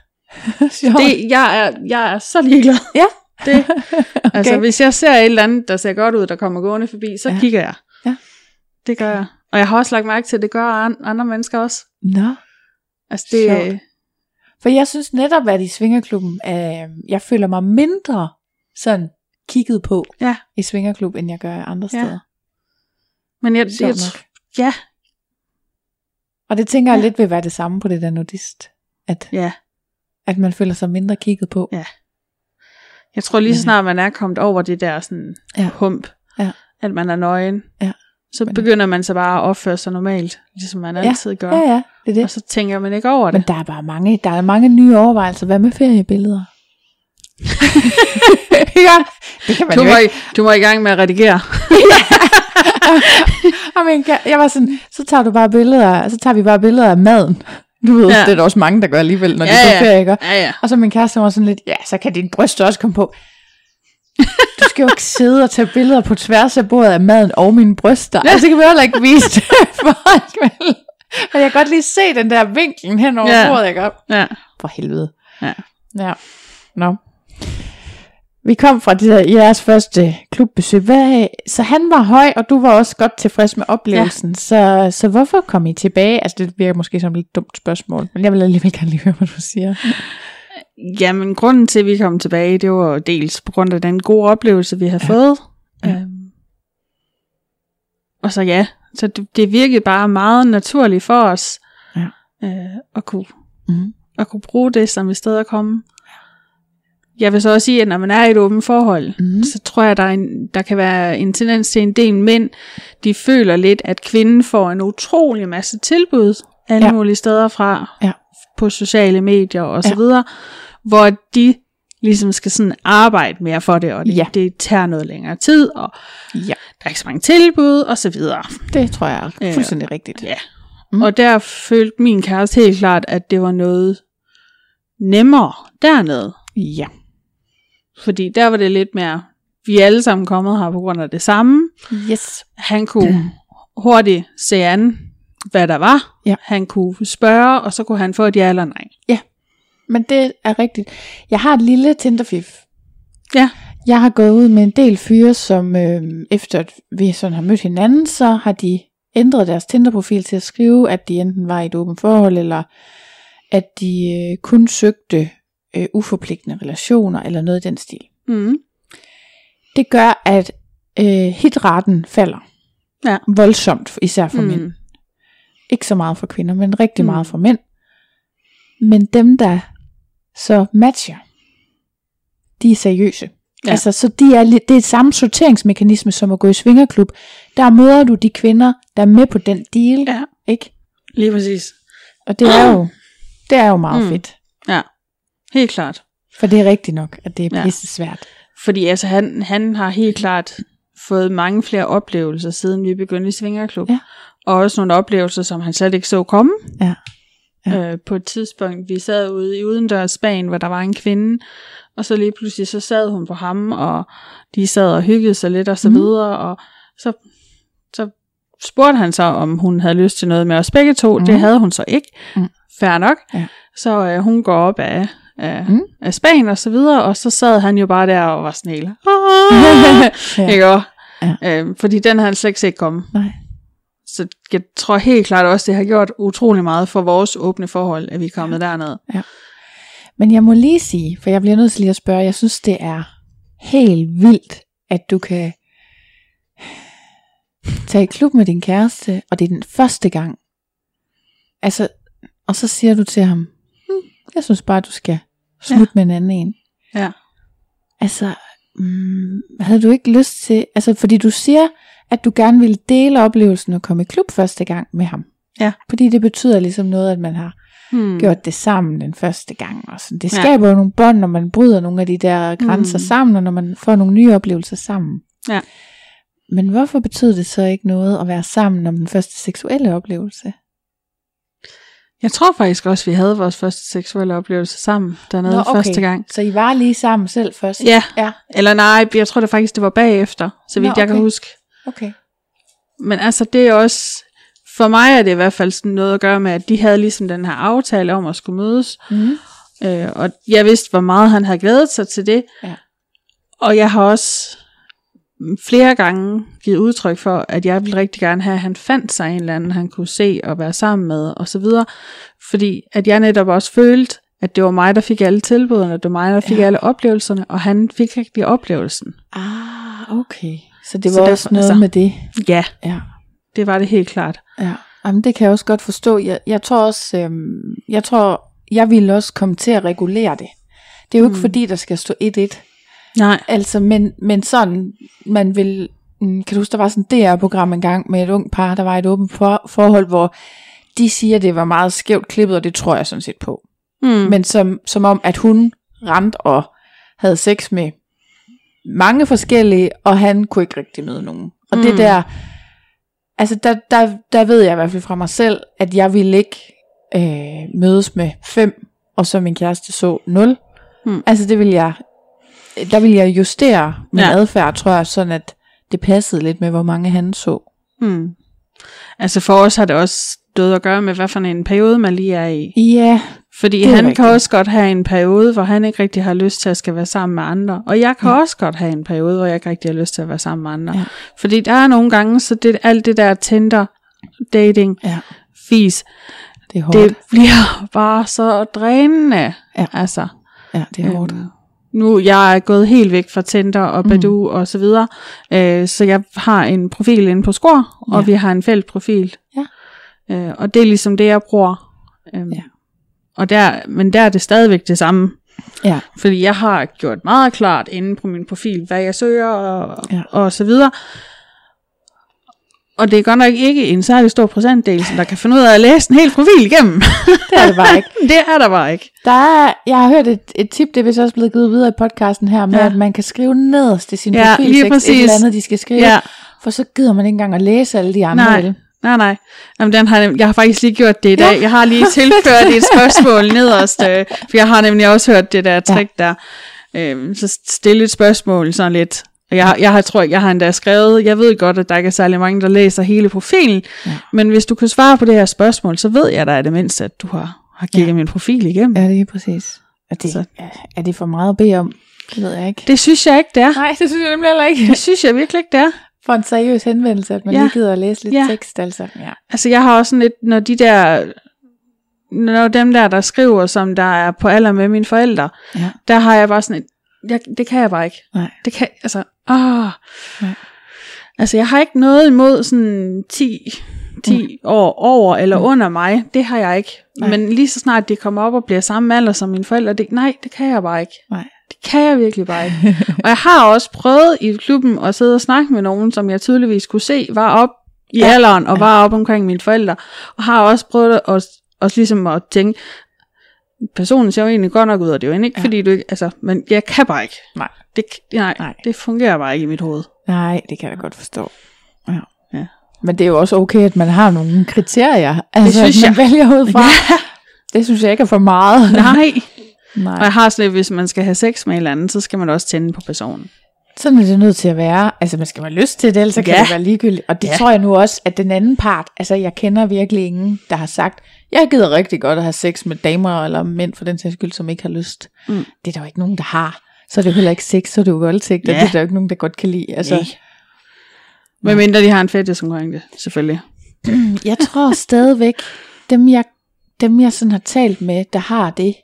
Jeg er så ligeglad. Ja. Det. Okay. Altså, hvis jeg ser et eller andet, der ser godt ud, der kommer gående forbi, så kigger jeg. Ja. Det gør jeg. Og jeg har også lagt mærke til, at det gør andre mennesker også.
Nå.
Altså, det...
For jeg synes netop, at i svingerklubben, jeg føler mig mindre sådan kigget på i svingerklub, end jeg gør andre steder.
Men ja.
Og det tænker jeg lidt vil være det samme på det der nudist. At man føler sig mindre kigget på.
Ja. Jeg tror lige så snart man er kommet over det der sådan hump, at man er nøgen, så begynder man så bare at opføre sig normalt, ligesom man altid gør.
Ja, det er det.
Og så tænker man ikke over det.
Men der er bare mange nye overvejelser. Hvad med feriebilleder? Det kan man
du må i gang med at redigere.
Jeg var sådan, så tager vi bare billeder af maden. Du ved, det er der også mange, der gør alligevel, når de er på ferie, ikke?
Ja.
Og så min kæreste var sådan lidt, så kan din bryst også komme på. Du skal jo ikke sidde og tage billeder på tværs af bordet af maden og mine bryster. Altså, det kan vi heller ikke vise det folk, vel? Og jeg kan godt lige se den der vinklen hen over bordet, jeg gør.
Ja.
For helvede.
Ja.
Nå. Vi kom fra jeres første klubbesøg. Så han var høj, og du var også godt tilfreds med oplevelsen. Ja. Så hvorfor kom I tilbage? Altså det virker måske som et lidt dumt spørgsmål, men jeg vil alligevel gerne lige høre, hvad du siger.
Jamen grunden til, at vi kom tilbage, det var dels på grund af den gode oplevelse, vi har fået. Ja. Og så det virkede bare meget naturligt for os at kunne bruge det som et sted at komme. Jeg vil så også sige, at når man er i et åbent forhold, så tror jeg, der kan være en tendens til en del mænd, de føler lidt, at kvinden får en utrolig masse tilbud alle mulige steder fra, på sociale medier og så videre, hvor de ligesom skal sådan arbejde mere for det, og det tager noget længere tid, og der er ikke så mange tilbud, og så videre.
Det tror jeg er fuldstændig rigtigt.
Ja. Og der følte min kæreste helt klart, at det var noget nemmere dernede.
Ja.
Fordi der var det lidt mere, vi er alle sammen kommet her på grund af det samme.
Yes.
Han kunne hurtigt se an, hvad der var.
Ja.
Han kunne spørge, og så kunne han få et ja eller nej.
Ja, men det er rigtigt. Jeg har et lille Tinderfif.
Ja.
Jeg har gået ud med en del fyre, som efter at vi sådan har mødt hinanden, så har de ændret deres Tinder-profil til at skrive, at de enten var i et åbent forhold, eller at de kun søgte uforpligtende relationer, eller noget i den stil. Det gør, at hitraten falder voldsomt, især for mænd. Ikke så meget for kvinder, men rigtig meget for mænd. Men dem, der så matcher, de er seriøse. Ja. Altså, så det er samme sorteringsmekanisme som at gå i svingerklub. Der møder du de kvinder, der er med på den deal, ikke?
Lige præcis.
Og det er jo meget fedt.
Ja, helt klart.
For det er rigtigt nok, at det er pisse svært.
Fordi altså, han har helt klart fået mange flere oplevelser, siden vi begyndte i svingerklub. Ja. Og også nogle oplevelser, som han slet ikke så komme. Ja. På et tidspunkt, vi sad ude i udendørs Spanien, hvor der var en kvinde, og så lige pludselig så sad hun på ham, og de sad og hyggede sig lidt og så videre, og så spurgte han så, om hun havde lyst til noget med os begge to. Det havde hun så ikke. Fair nok. Ja. Så hun går op af Spanien og så videre, og så sad han jo bare der og var sådan helt. Ikke? Fordi den havde han slet ikke kommet. Nej. Så jeg tror helt klart også, det har gjort utrolig meget for vores åbne forhold, at vi er kommet derned. Ja.
Men jeg må lige sige, for jeg bliver nødt til lige at spørge, jeg synes det er helt vildt, at du kan tage i klub med din kæreste, og det er den første gang. Altså, og så siger du til ham, jeg synes bare, du skal slutte med en anden en. Ja. Altså, havde du ikke lyst til, altså fordi du siger, at du gerne ville dele oplevelsen og komme i klub første gang med ham. Ja. Fordi det betyder ligesom noget, at man har gjort det sammen den første gang. Og sådan. Det skaber jo nogle bånd, når man bryder nogle af de der grænser sammen, og når man får nogle nye oplevelser sammen. Ja. Men hvorfor betyder det så ikke noget at være sammen om den første seksuelle oplevelse?
Jeg tror faktisk også, vi havde vores første seksuelle oplevelse sammen dernede første gang.
Så I var lige sammen selv først?
Ja. Eller nej, jeg tror det faktisk, det var bagefter, så vidt jeg kan huske. Okay. Men altså det er også, for mig er det i hvert fald sådan noget at gøre med, at de havde ligesom den her aftale om at skulle mødes. Og jeg vidste, hvor meget han havde glædet sig til det. Ja. Og jeg har også flere gange givet udtryk for, at jeg ville rigtig gerne have, at han fandt sig en eller anden, han kunne se og være sammen med, og så videre. Fordi at jeg netop også følte, at det var mig, der fik alle tilbudene, det var mig, der fik alle oplevelserne, og han fik rigtig oplevelsen.
Okay. Så det var også noget med det?
Ja, det var det helt klart.
Ja, jamen, det kan jeg også godt forstå. Jeg tror også, jeg ville også komme til at regulere det. Det er jo ikke fordi, der skal stå 1-1. Nej. Altså, men sådan, man vil, kan du huske, der var sådan et DR-program engang med et ung par, der var et åbent forhold, hvor de siger, det var meget skævt klippet, og det tror jeg sådan set på. Men som om, at hun rendte og havde sex med mange forskellige, og han kunne ikke rigtig møde nogen. Og det der, altså der ved jeg i hvert fald fra mig selv, at jeg ville ikke mødes med 5, og så min kæreste så 0. Altså det ville der ville jeg justere min adfærd, tror jeg, sådan at det passede lidt med, hvor mange han så.
Altså for os har det også noget at gøre med, hvad for en periode man lige er i.
Ja.
Fordi han kan også godt have en periode, hvor han ikke rigtig har lyst til at skal være sammen med andre. Og jeg kan også godt have en periode, hvor jeg ikke rigtig har lyst til at være sammen med andre. Ja. Fordi der er nogle gange, så alt det der Tinder, dating, fis, det bliver bare så drænende. Ja,
altså, ja det er hårdt.
Nu jeg er gået helt væk fra Tinder og Badoo og så videre. Så jeg har en profil inde på Skor, og vi har en fælles profil. Ja. Og det er ligesom det, jeg bruger. Og men der er det stadigvæk det samme. Ja. Fordi jeg har gjort meget klart inde på min profil, hvad jeg søger og så videre. Og det er godt nok ikke en særlig stor procentdel, der kan finde ud af at læse en hel profil igennem.
Det er det bare ikke.
Det er der bare ikke.
Jeg har hørt et tip, det er vist også blevet givet videre i podcasten her, med at man kan skrive nederst i sin profiltekst et eller andet, de skal skrive. Ja. For så gider man ikke engang at læse alle de andre.
Nej. Jamen, jeg har faktisk lige gjort det i dag. Jeg har lige tilført et spørgsmål nederst, for jeg har nemlig også hørt det der trick der. Så stille et spørgsmål sådan lidt. Og jeg har endda skrevet, jeg ved godt, at der ikke er særlig mange, der læser hele profilen, men hvis du kan svare på det her spørgsmål, så ved jeg da i det mindste, at du har kigget min profil igennem.
Ja, det er præcis. Er det for meget at bede om? Det ved jeg ikke.
Det synes jeg ikke, det er.
Nej, det synes jeg nemlig heller ikke.
Det synes jeg virkelig ikke, det er.
For en seriøs henvendelse, at man lige gider at læse lidt tekst, altså. Ja.
Altså, jeg har også sådan lidt, når dem der skriver, som der er på alder med mine forældre, der har jeg bare sådan et, det kan jeg bare ikke. Nej. Det kan, altså, altså, jeg har ikke noget imod sådan 10 år over eller under mig, det har jeg ikke. Nej. Men lige så snart de kommer op og bliver samme alder som mine forældre, det kan jeg bare ikke. Nej. Det kan jeg virkelig bare ikke. Og jeg har også prøvet i klubben at sidde og snakke med nogen, som jeg tydeligvis kunne se var op i alderen og var op omkring mine forældre. Og har også prøvet også ligesom at tænke, personen ser jo egentlig godt nok ud, og det er jo ikke fordi du ikke, altså, men jeg kan bare ikke. Nej. Det fungerer bare ikke i mit hoved.
Nej, det kan jeg godt forstå. Ja. Men det er jo også okay, at man har nogle kriterier, altså, det synes man vælger ud fra. Ja. Det synes jeg ikke er for meget.
Nej. Og jeg har sådan lidt, hvis man skal have sex med en eller anden, så skal man også tænde på personen.
Sådan er det nødt til at være. Altså man skal have lyst til det, ellers kan det være ligegyldigt. Og det tror jeg nu også, at den anden part, altså jeg kender virkelig ingen, der har sagt, jeg gider rigtig godt at have sex med damer eller mænd for den sags skyld, som ikke har lyst. Det er der jo ikke nogen, der har. Så er det jo heller ikke sex, så er det jo voldtægt, og det er der jo ikke nogen, der godt kan lide. Altså.
Men mindre de har en fetish omkring det, selvfølgelig.
Jeg tror stadigvæk, dem jeg sådan har talt med, der har det,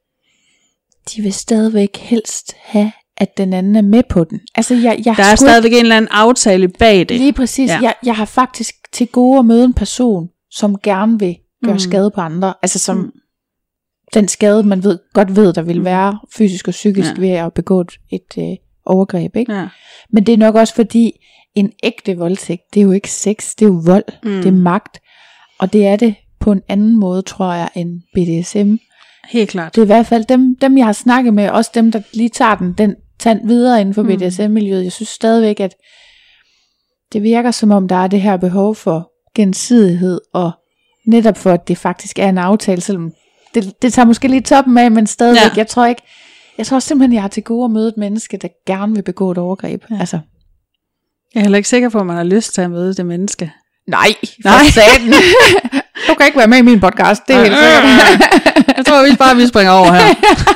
de vil stadigvæk helst have, at den anden er med på den. Altså,
der er stadigvæk en eller anden aftale bag det.
Lige præcis. Ja. Jeg har faktisk til gode at møde en person, som gerne vil gøre skade på andre. Altså som den skade, man godt ved, der vil være fysisk og psykisk ved at begå et overgreb. Ikke? Ja. Men det er nok også fordi, en ægte voldtægt, det er jo ikke sex, det er jo vold, det er magt. Og det er det på en anden måde, tror jeg, end BDSM.
Helt klart.
Det er i hvert fald dem jeg har snakket med, også dem, der lige tager den tand videre inden for BDSM-miljøet. Jeg synes stadigvæk, at det virker som om, der er det her behov for gensidighed, og netop for, at det faktisk er en aftale, selvom det tager måske lige toppen af, men stadigvæk, jeg tror simpelthen, jeg har til gode at møde et menneske, der gerne vil begå et overgreb. Ja. Altså.
Jeg er heller ikke sikker på, at man har lyst til at møde det menneske.
Nej, for satan. Du kan ikke være med i min podcast, det er helt sikkert.
Jeg tror vi bare springer over her.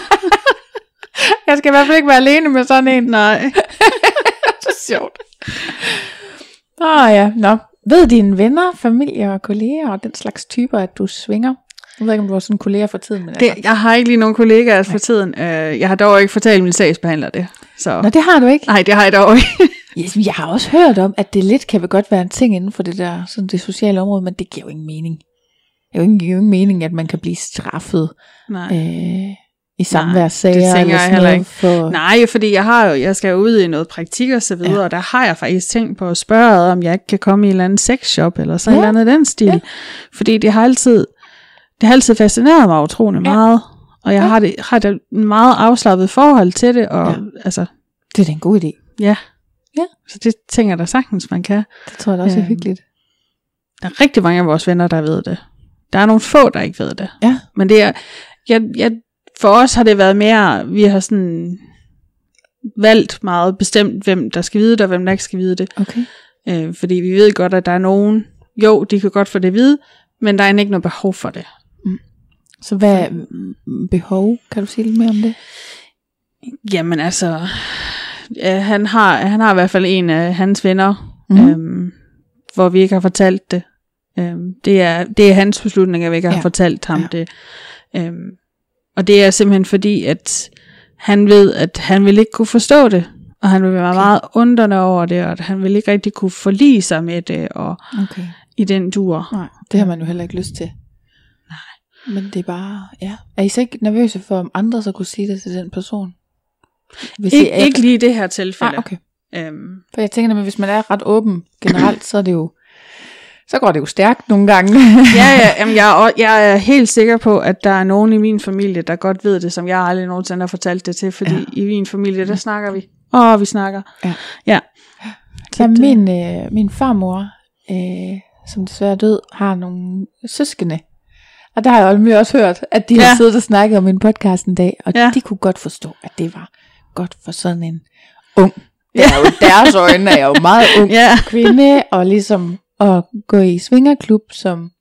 Jeg skal i hvert fald ikke være alene med sådan en.
Nej.
Så sjovt. Nå. Ved dine venner, familie og kolleger og den slags typer, at du svinger? Jeg ved ikke, om du har sådan kolleger for tiden. Men
jeg har ikke lige nogen kollegaer for tiden. Jeg har dog ikke fortalt min sagsbehandler det. Så.
Nå, det har du ikke?
Nej, det har jeg dog ikke.
Jeg har også hørt om, at det lidt kan godt være en ting inden for det der, sådan det sociale område, men det giver jo ingen mening. Det giver jo ingen mening, at man kan blive straffet i samværssager.
Det tænker jeg heller ikke. Nej, fordi jeg skal jo ud i noget praktik og så videre, og der har jeg faktisk tænkt på at spørge, om jeg ikke kan komme i en eller anden sexshop, eller sådan et eller andet den stil. Ja. Fordi det har altid fascineret mig utrolig meget, og jeg har det meget afslappet forhold til det, og altså.
Det er da en god idé.
Ja. Så det tænker jeg da sagtens, man kan.
Det tror jeg da også er hyggeligt.
Der er rigtig mange af vores venner, der ved det. Der er nogle få, der ikke ved det.
Ja.
Men det er, for os har det været mere, vi har sådan valgt meget bestemt, hvem der skal vide det, og hvem der ikke skal vide det.
Okay.
Fordi vi ved godt, at der er nogen, de kan godt få det at vide, Men der er ikke noget behov for det.
Så hvad behov? Kan du sige lidt mere om det?
Jamen altså, han har i hvert fald en af hans venner, hvor vi ikke har fortalt det. Det er hans beslutning, at vi ikke har fortalt ham det. Og det er simpelthen fordi, at han ved, at han vil ikke kunne forstå det. Og han vil være meget undrende over det, og at han vil ikke rigtig kunne forlige sig med det, og i den dur.
Nej, det har man jo heller ikke lyst til. Nej. Men det er bare, Er I så ikke nervøse for, om andre så kunne sige det til den person?
Ikke lige i det her tilfælde.
Okay. For jeg tænker, at hvis man er ret åben generelt, så er det jo, så går det jo stærkt nogle gange.
Jamen, jeg er helt sikker på, at der er nogen i min familie, der godt ved det, som jeg aldrig nogensinde har fortalt det til, fordi i min familie, der snakker vi. Vi snakker. Ja.
Så min farmor, som desværre er død, har nogle søskende. Og der har jeg også hørt, at de har siddet og snakket om en podcast en dag, og de kunne godt forstå, at det var godt for sådan en ung. Det er jo deres øjne, er jo meget ung kvinde, og ligesom at gå i svingerklub som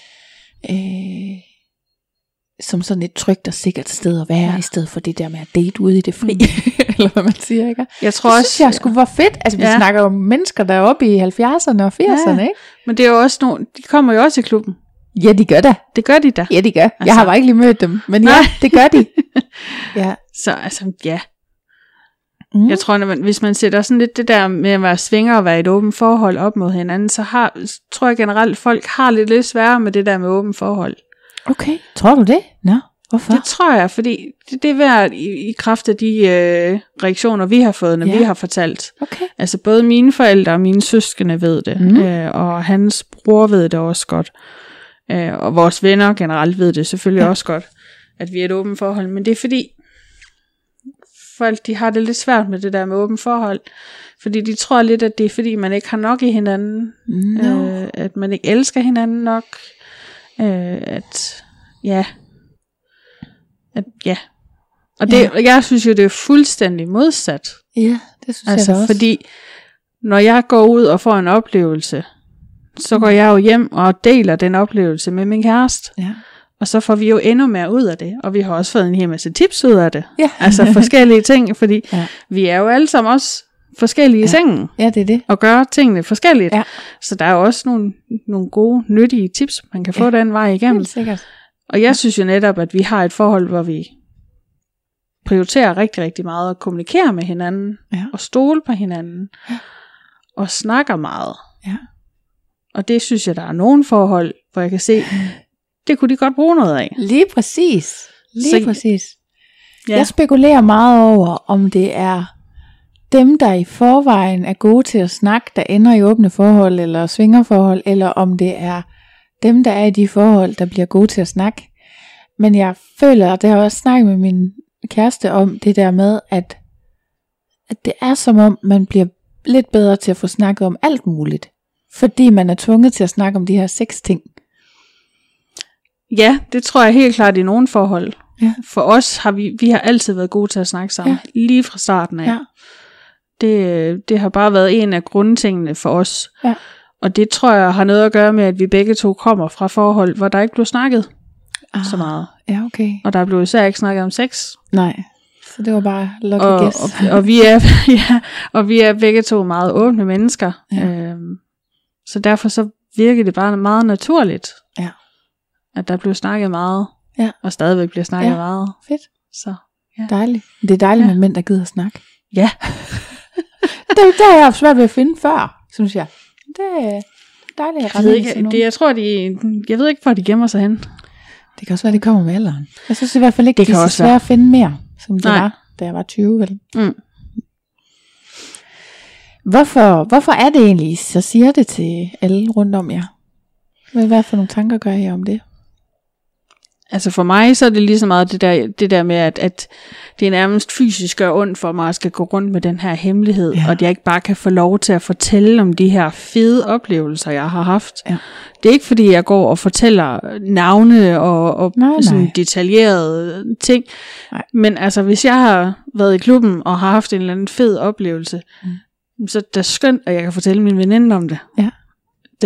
sådan et trygt og sikkert sted at være, i stedet for det der med at date ude i det fri, eller hvad man siger, ikke?
Jeg tror også,
synes jeg skulle være fedt. Altså vi snakker om mennesker, der er oppe i 70'erne og 80'erne, ikke?
Men det er jo også nogle, de kommer jo også i klubben.
Ja, de gør da.
Det gør de da.
Ja, de gør. Altså, jeg har bare ikke lige mødt dem, men det gør de.
Så altså, Jeg tror, hvis man sætter sådan lidt det der med at være svinger og være i et åbent forhold op mod hinanden, så tror jeg generelt, folk har lidt sværere med det der med åbent forhold.
Okay, tror du det? Nå, hvorfor?
Det tror jeg, fordi det er værd i kraft af de reaktioner, vi har fået, når vi har fortalt.
Okay.
Altså både mine forældre og mine søskende ved det, og hans bror ved det også godt. Og vores venner generelt ved det selvfølgelig også godt, at vi er et åbent forhold. Men det er fordi, folk de har det lidt svært med det der med åbent forhold. Fordi de tror lidt, at det er fordi, man ikke har nok i hinanden. At man ikke elsker hinanden nok. Og det, jeg synes jo, det er fuldstændig modsat.
Ja, det synes jeg også.
Fordi, når jeg går ud og får en oplevelse, så går jeg jo hjem og deler den oplevelse med min kæreste.
Ja.
Og så får vi jo endnu mere ud af det. Og vi har også fået en hel masse tips ud af det.
Ja.
Altså forskellige ting, fordi vi er jo alle sammen også forskellige i sengen.
Ja, det er det.
Og gøre tingene forskelligt.
Ja.
Så der er jo også nogle gode, nyttige tips, man kan få den vej igennem.
Helt sikkert.
Og jeg synes jo netop, at vi har et forhold, hvor vi prioriterer rigtig, rigtig meget at kommunikere med hinanden.
Ja.
Og stole på hinanden. Ja. Og snakker meget.
Ja.
Og det synes jeg, der er nogle forhold, hvor jeg kan se, det kunne de godt bruge noget af.
Lige præcis. Præcis.
Ja.
Jeg spekulerer meget over, om det er dem, der i forvejen er gode til at snakke, der ender i åbne forhold eller svingerforhold, eller om det er dem, der er i de forhold, der bliver gode til at snakke. Men jeg føler, og det har jeg også snakket med min kæreste om, det der med, at det er som om, man bliver lidt bedre til at få snakket om alt muligt. Fordi man er tvunget til at snakke om de her 6 ting.
Ja, det tror jeg helt klart i nogle forhold. Ja. For os har vi har altid været gode til at snakke sammen. Ja. Lige fra starten af. Ja. Det har bare været en af grundtingene for os. Ja. Og det tror jeg har noget at gøre med, at vi begge to kommer fra forhold, hvor der ikke blev snakket så meget.
Ja, okay.
Og der blev især ikke snakket om sex.
Nej. Så det var bare lucky guess.
Og vi er begge to meget åbne mennesker. Ja. Så derfor så virker det bare meget naturligt. Ja. At der blev snakket meget. Ja. Og stadigvæk bliver snakket meget.
Fedt.
Så
dejligt. Det er dejligt med mænd, der gider at snakke.
Ja.
der har jeg haft svært ved at finde før, synes jeg. Det er dejligt at rette ind til
jeg ved ikke, hvor de gemmer sig hen.
Det kan også være, det kommer med alderen. Jeg synes i hvert fald ikke, det er så svært at finde mere, som det var, da jeg var 20. Vel? Mm. Hvorfor er det egentlig, så siger det til alle rundt om jer? Hvad for nogle tanker gør I om det?
Altså for mig, så er det lige så meget det der med, at det er nærmest fysisk og ondt for mig, at skal gå rundt med den her hemmelighed, og at jeg ikke bare kan få lov til at fortælle om de her fede oplevelser, jeg har haft. Ja. Det er ikke fordi, jeg går og fortæller navne og sådan detaljerede ting. Nej. Men altså, hvis jeg har været i klubben og har haft en eller anden fed oplevelse, så det er skønt, at jeg kan fortælle min veninde om det. Ja. Det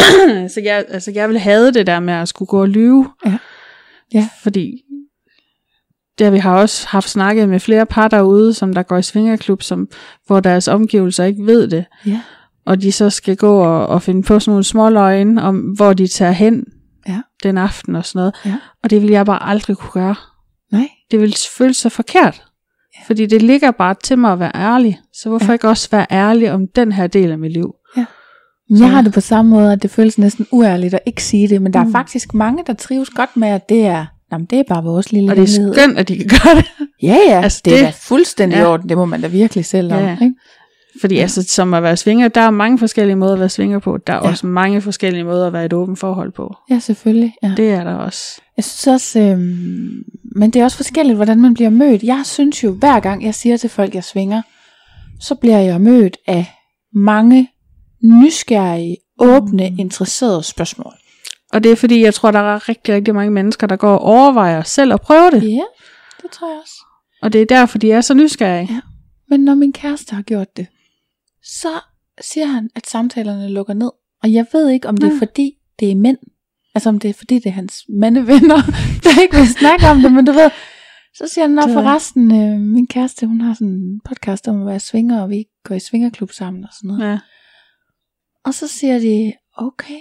Så jeg ville have det der med at skulle gå og lyve.
Ja.
Fordi vi har også haft snakket med flere par derude, som der går i svingerklub, hvor deres omgivelser ikke ved det.
Ja.
Og de så skal gå og finde på sådan nogle småløgne, om hvor de tager hen den aften og sådan noget. Ja. Og det vil jeg bare aldrig kunne gøre.
Nej.
Det vil føles så forkert. Ja. Fordi det ligger bare til mig at være ærlig. Så hvorfor ikke også være ærlig om den her del af mit liv?
Ja. Jeg har det på samme måde, at det føles næsten uærligt at ikke sige det. Men der er faktisk mange, der trives godt med, at det er bare vores lille hemmelighed.
Og det er skønt, at de kan gøre det.
Ja, altså, det er da fuldstændig i orden. Det må man da virkelig selv om. Ikke?
Fordi altså, som at være svinger, der er mange forskellige måder at være svinger på. Der er også mange forskellige måder at være et åbent forhold på.
Ja, selvfølgelig. Ja.
Det er der også.
Jeg synes også, men det er også forskelligt, hvordan man bliver mødt. Jeg synes jo, hver gang jeg siger til folk, jeg svinger, så bliver jeg mødt af mange nysgerrige, åbne, interesserede spørgsmål.
Og det er fordi, jeg tror, der er rigtig, rigtig mange mennesker, der går og overvejer selv at prøve det.
Ja, det tror jeg også.
Og det er derfor, de er så nysgerrige.
Ja. Men når min kæreste har gjort det, så siger han, at samtalerne lukker ned. Og jeg ved ikke, om det er fordi, det er mænd. Altså om det er fordi, det er hans mandevenner, der ikke vil snakke om det. Men du ved, så siger han, forresten, min kæreste, hun har sådan en podcast om at være svinger, og vi går i svingerklub sammen og sådan noget. Ja. Og så siger de, okay.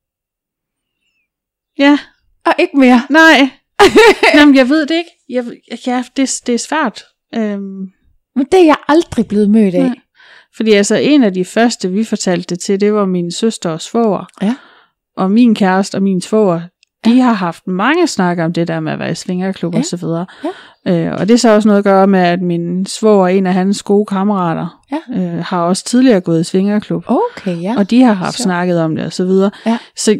Ja.
Og ikke mere.
Nej. Jamen, jeg ved det ikke. Det er svært.
Men det er jeg aldrig blevet mødt af.
Ja. Fordi altså, en af de første, vi fortalte det til, det var min søster og svoger. Ja. Og min kæreste og min svoger, de har haft mange snakker om det der med at være i svingerklub og så videre. Ja. Og det er så også noget at gøre med, at min svoger, en af hans gode kammerater, har også tidligere gået i svingerklub.
Okay, ja.
Og de har haft snakket om det og så videre. Ja. Så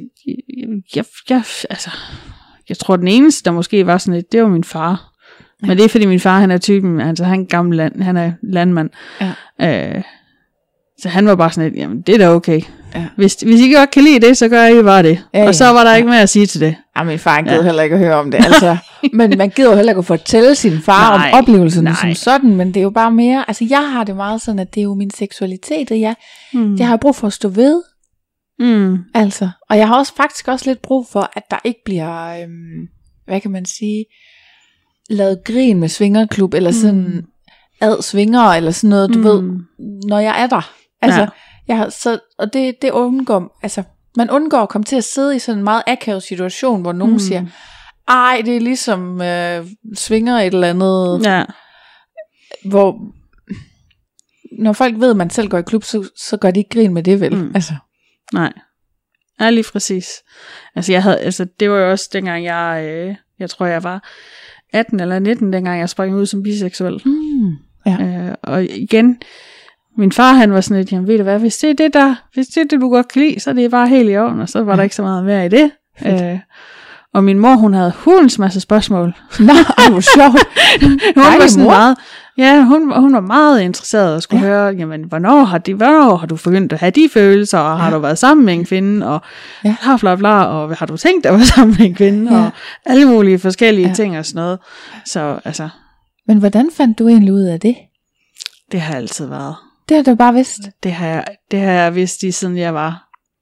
jeg tror, den eneste, der måske var sådan lidt, det var min far. Ja. Men det er fordi min far, han er typen, altså han er gammel han er landmand. Ja. Så han var bare sådan lidt, jamen det er da okay. Ja. Hvis I godt kan lide det, så gør I bare det. Ja, og så var der ikke mere at sige til det.
Ja, min far gider heller ikke at høre om det. Altså, men man gider jo heller ikke at fortælle sin far om oplevelserne som sådan. Men det er jo bare mere, altså jeg har det meget sådan, at det er jo min seksualitet, og jeg har brug for at stå ved. Altså, og jeg har også faktisk også lidt brug for, at der ikke bliver, hvad kan man sige, lavet grin med svingerklub, eller sådan svinger, eller sådan noget, du ved, når jeg er der. Altså, og det undgår, altså, man undgår at komme til at sidde i sådan en meget akavet situation, hvor nogen siger, ej, det er ligesom svinger et eller andet, hvor, når folk ved, at man selv går i klub, så gør de ikke grin med det, vel? Altså.
Nej. Ja, lige præcis. Altså, det var jo også dengang jeg tror jeg var 18 eller 19, dengang jeg sprang ud som biseksuel. Og igen, min far, han var sådan lidt, jamen ved du hvad, hvis det er det, du godt kan lide, så er det bare helt i orden, og så var der ikke så meget mere i det. Og min mor, hun havde hulens masse spørgsmål.
Nå, hvor sjovt.
Hun var sådan meget, hun var meget interesseret og skulle høre, jamen, hvornår har du begyndt at have de følelser, og har du været sammen med en kvinde, og bla, og har du tænkt dig at være sammen med en kvinde, og alle mulige forskellige ting og sådan noget. Så altså.
Men hvordan fandt du egentlig ud af det?
Det har altid været.
Det har du bare vidst?
Det har jeg vidst i, siden jeg var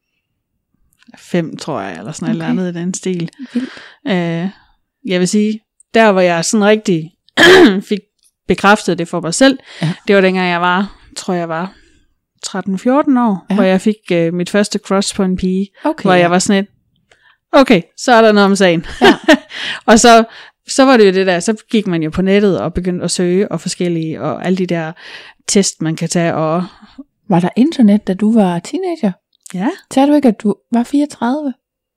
5, tror jeg, eller sådan noget andet i den stil. Jeg vil sige, der hvor jeg sådan rigtig fik bekræftet det for mig selv, det var dengang jeg var, tror jeg var 13-14 år, hvor jeg fik mit første crush på en pige, hvor jeg var sådan et, okay, så er der noget om sagen. Og så var det jo det der, så gik man jo på nettet og begyndte at søge og forskellige, og alle de der test, man kan tage. Og
var der internet, da du var teenager?
Ja.
Tager du ikke, at du var 34?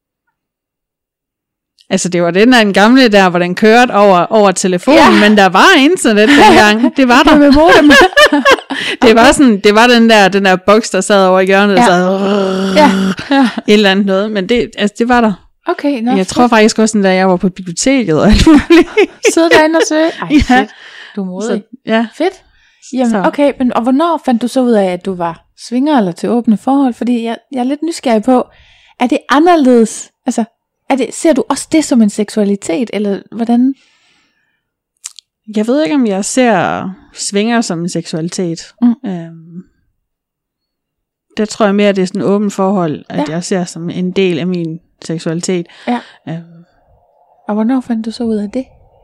Altså, det var den gamle der, hvor den kørte over telefonen, men der var internet dengang. Det var der.
Med modem.
Det var den der boks, der sad over i hjørnet, der sad et eller andet noget, men det var der.
Okay,
jeg tror faktisk også, da jeg var på biblioteket og alt muligt.
Sidde derinde og søge? Ej, fedt. Du er modig. Fedt. Jamen, okay, men og hvornår fandt du så ud af, at du var svinger eller til åbne forhold? Fordi jeg er lidt nysgerrig på, er det anderledes? Altså, ser du også det som en seksualitet, eller hvordan?
Jeg ved ikke, om jeg ser svinger som en seksualitet. der tror jeg mere, at det er sådan et åbent forhold, at jeg ser som en del af min seksualitet.
Ja. Og hvornår fandt du så ud af det?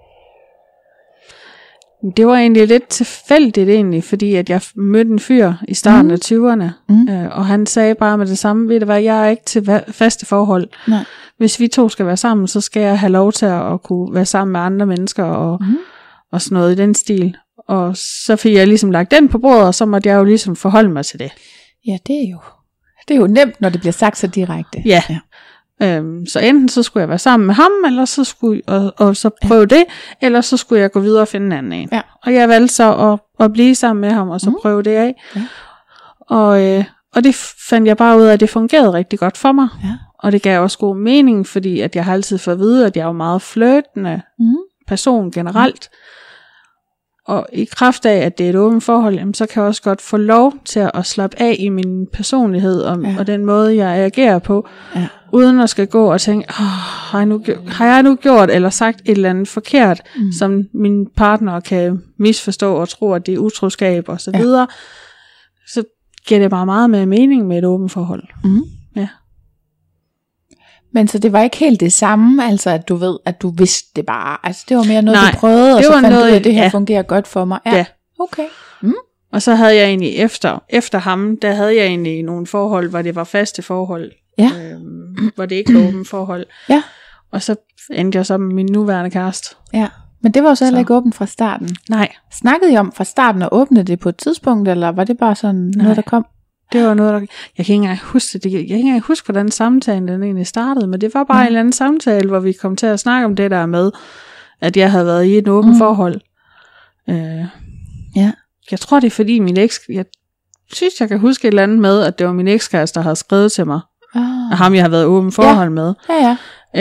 Det var egentlig lidt tilfældigt egentlig, fordi at jeg mødte en fyr i starten af 20'erne, og han sagde bare med det samme, ved du hvad, jeg er ikke til faste forhold.
Nej.
Hvis vi to skal være sammen, så skal jeg have lov til at kunne være sammen med andre mennesker, og sådan noget i den stil. Og så fik jeg ligesom lagt den på bordet, og så måtte jeg jo ligesom forholde mig til det.
Ja, det er jo nemt, når det bliver sagt så direkte.
Ja. Så enten så skulle jeg være sammen med ham, eller så skulle og så prøve det, eller så skulle jeg gå videre og finde en anden en.
Ja.
Og jeg valgte så at blive sammen med ham, og så prøve det af. Ja. Og det fandt jeg bare ud af, at det fungerede rigtig godt for mig.
Ja.
Og det gav også god mening, fordi at jeg har altid fået at vide, at jeg er meget flirtende person generelt. Og i kraft af, at det er et åbent forhold, jamen, så kan jeg også godt få lov til at slappe af i min personlighed, og den måde, jeg agerer på, uden at skal gå og tænke, har jeg nu gjort eller sagt et eller andet forkert, som min partner kan misforstå og tro, at det er utroskab og så videre. Så giver det bare meget mere mening med et åbent forhold. Ja.
Men så det var ikke helt det samme, altså at du ved, at du vidste det bare. Altså det var mere noget, du prøvede, og
det
så
fandt
du ud af, at det her fungerer godt for mig. Ja. Okay.
Og så havde jeg egentlig efter ham, der havde jeg egentlig nogle forhold, hvor det var faste forhold.
Ja.
Hvor det ikke var åbent forhold.
Ja.
Og så endte jeg så med min nuværende kæreste.
Ja. Men det var jo så heller ikke åbent fra starten.
Nej.
Snakkede I om fra starten at åbne det på et tidspunkt, eller var det bare sådan noget, der kom?
Det var noget, der... Jeg kan ikke engang huske det. Jeg kan ikke engang huske, hvordan samtalen den egentlig startede, men det var bare en eller anden samtale, hvor vi kom til at snakke om det der med, at jeg havde været i et åbent forhold.
Ja.
Jeg tror, det er fordi min eks... Jeg synes, jeg kan huske et eller andet med, at det var min ekskæreste, der havde skrevet til mig. Og ham, jeg har været i åbent forhold med.
Ja.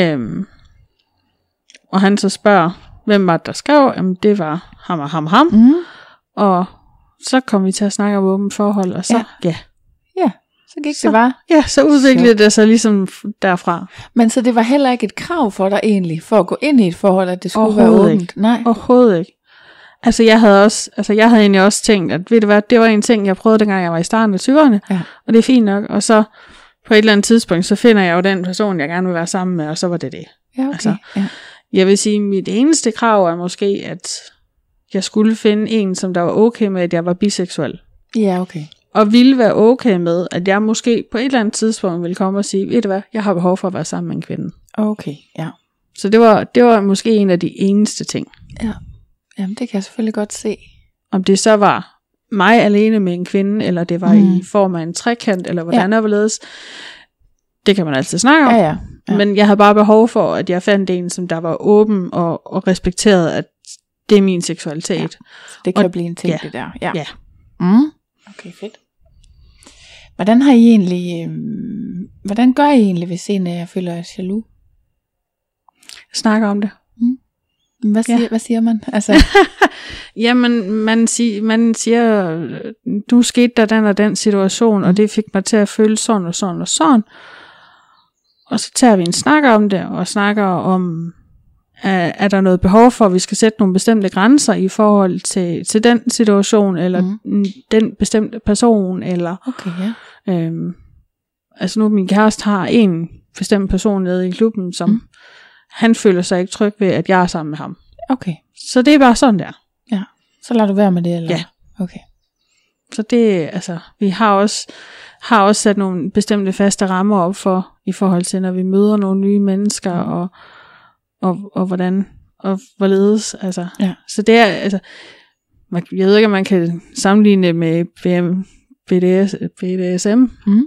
Og han så spørger, hvem var det, der skrev? Jamen, det var ham og ham. Og så kom vi til at snakke om åbent forhold, og så,
ja, så gik det bare.
Ja, så udviklede det sig ligesom derfra.
Men så det var heller ikke et krav for dig egentlig, for at gå ind i et forhold, at det skulle være åbent?
Ikke. Nej, overhovedet ikke. Altså jeg havde egentlig også tænkt, at ved du hvad, det var en ting, jeg prøvede, dengang jeg var i starten af 20'erne, og det er fint nok, og så på et eller andet tidspunkt, så finder jeg jo den person, jeg gerne vil være sammen med, og så var det det.
Ja, okay.
Jeg vil sige, mit eneste krav er måske, at jeg skulle finde en, som der var okay med, at jeg var biseksuel.
Ja, okay.
Og ville være okay med, at jeg måske på et eller andet tidspunkt ville komme og sige, ved du hvad, jeg har behov for at være sammen med en kvinde.
Okay, ja.
Så det var måske en af de eneste ting.
Ja, jamen det kan jeg selvfølgelig godt se.
Om det så var mig alene med en kvinde, eller det var i form af en trekant, eller hvordan overledes, det kan man altid snakke om.
Ja.
Men jeg havde bare behov for, at jeg fandt en, som der var åben og respekterede, at det er min seksualitet. Ja.
Det kan blive en ting, det der.
Ja.
Okay, fedt. Hvordan har I egentlig, hvordan gør I egentlig, hvis en af jer føler jer jaloux?
Jeg snakker om det.
Hvad siger man? Altså
jamen, man siger, nu skete der den og den situation, og det fik mig til at føle sådan og sådan og sådan. Og så tager vi en snak om det, og snakker om, er der noget behov for, at vi skal sætte nogle bestemte grænser i forhold til den situation, eller den bestemte person, eller...
Okay,
altså nu min kæreste har en bestemt person nede i klubben, som han føler sig ikke tryg ved, at jeg er sammen med ham.
Okay.
Så det er bare sådan der.
Ja, så lader du være med det, eller?
Ja.
Okay.
Så det, altså, vi har også sat nogle bestemte faste rammer op for, i forhold til, når vi møder nogle nye mennesker, og hvordan, og hvorledes, altså. Ja. Så det er, altså, jeg ved ikke, om man kan sammenligne det med BDSM,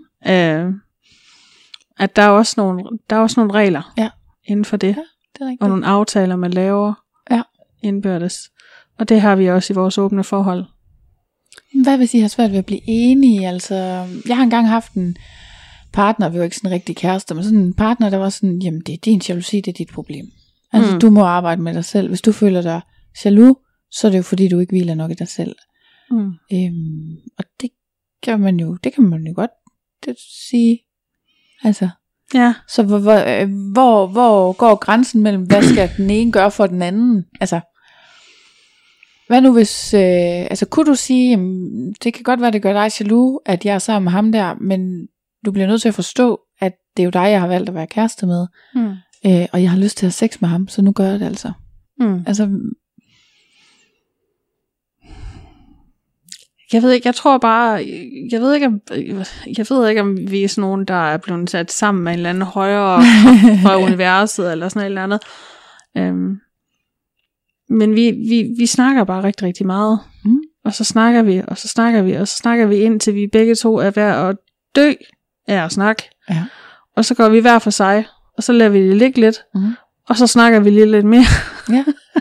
at der er også nogle regler inden for det,
ja, det er rigtigt.
Og nogle aftaler, man laver indbyrdes. Og det har vi også i vores åbne forhold.
Hvad hvis I har svært ved at blive enige? Altså, jeg har engang haft en partner, vi var ikke sådan en rigtig kæreste, men sådan en partner, der var sådan, jamen det er din jalousi, det er dit problem. Altså du må arbejde med dig selv. Hvis du føler dig jaloux, så er det jo fordi, du ikke hviler nok i dig selv. Og det kan man jo godt sige. Altså,
ja.
Så hvor går grænsen mellem, hvad skal den ene gøre for den anden? Altså, Hvad nu hvis, altså kunne du sige, jamen, det kan godt være, det gør dig jaloux, at jeg er sammen med ham der, men du bliver nødt til at forstå, at det er jo dig, jeg har valgt at være kæreste med, og jeg har lyst til at have sex med ham, så nu gør jeg det altså. Altså,
jeg ved ikke, jeg tror bare, jeg ved ikke, om vi er sådan nogen, der er blevet sat sammen med en eller anden højere fra universet, eller sådan noget eller andet. Men vi snakker bare rigtig, rigtig meget. Og så snakker vi, og så snakker vi, og så snakker vi, indtil vi begge to er ved at dø af at snakke. Ja. Og så går vi hver for sig, og så lader vi det ligge lidt, og så snakker vi lige lidt mere. Ja.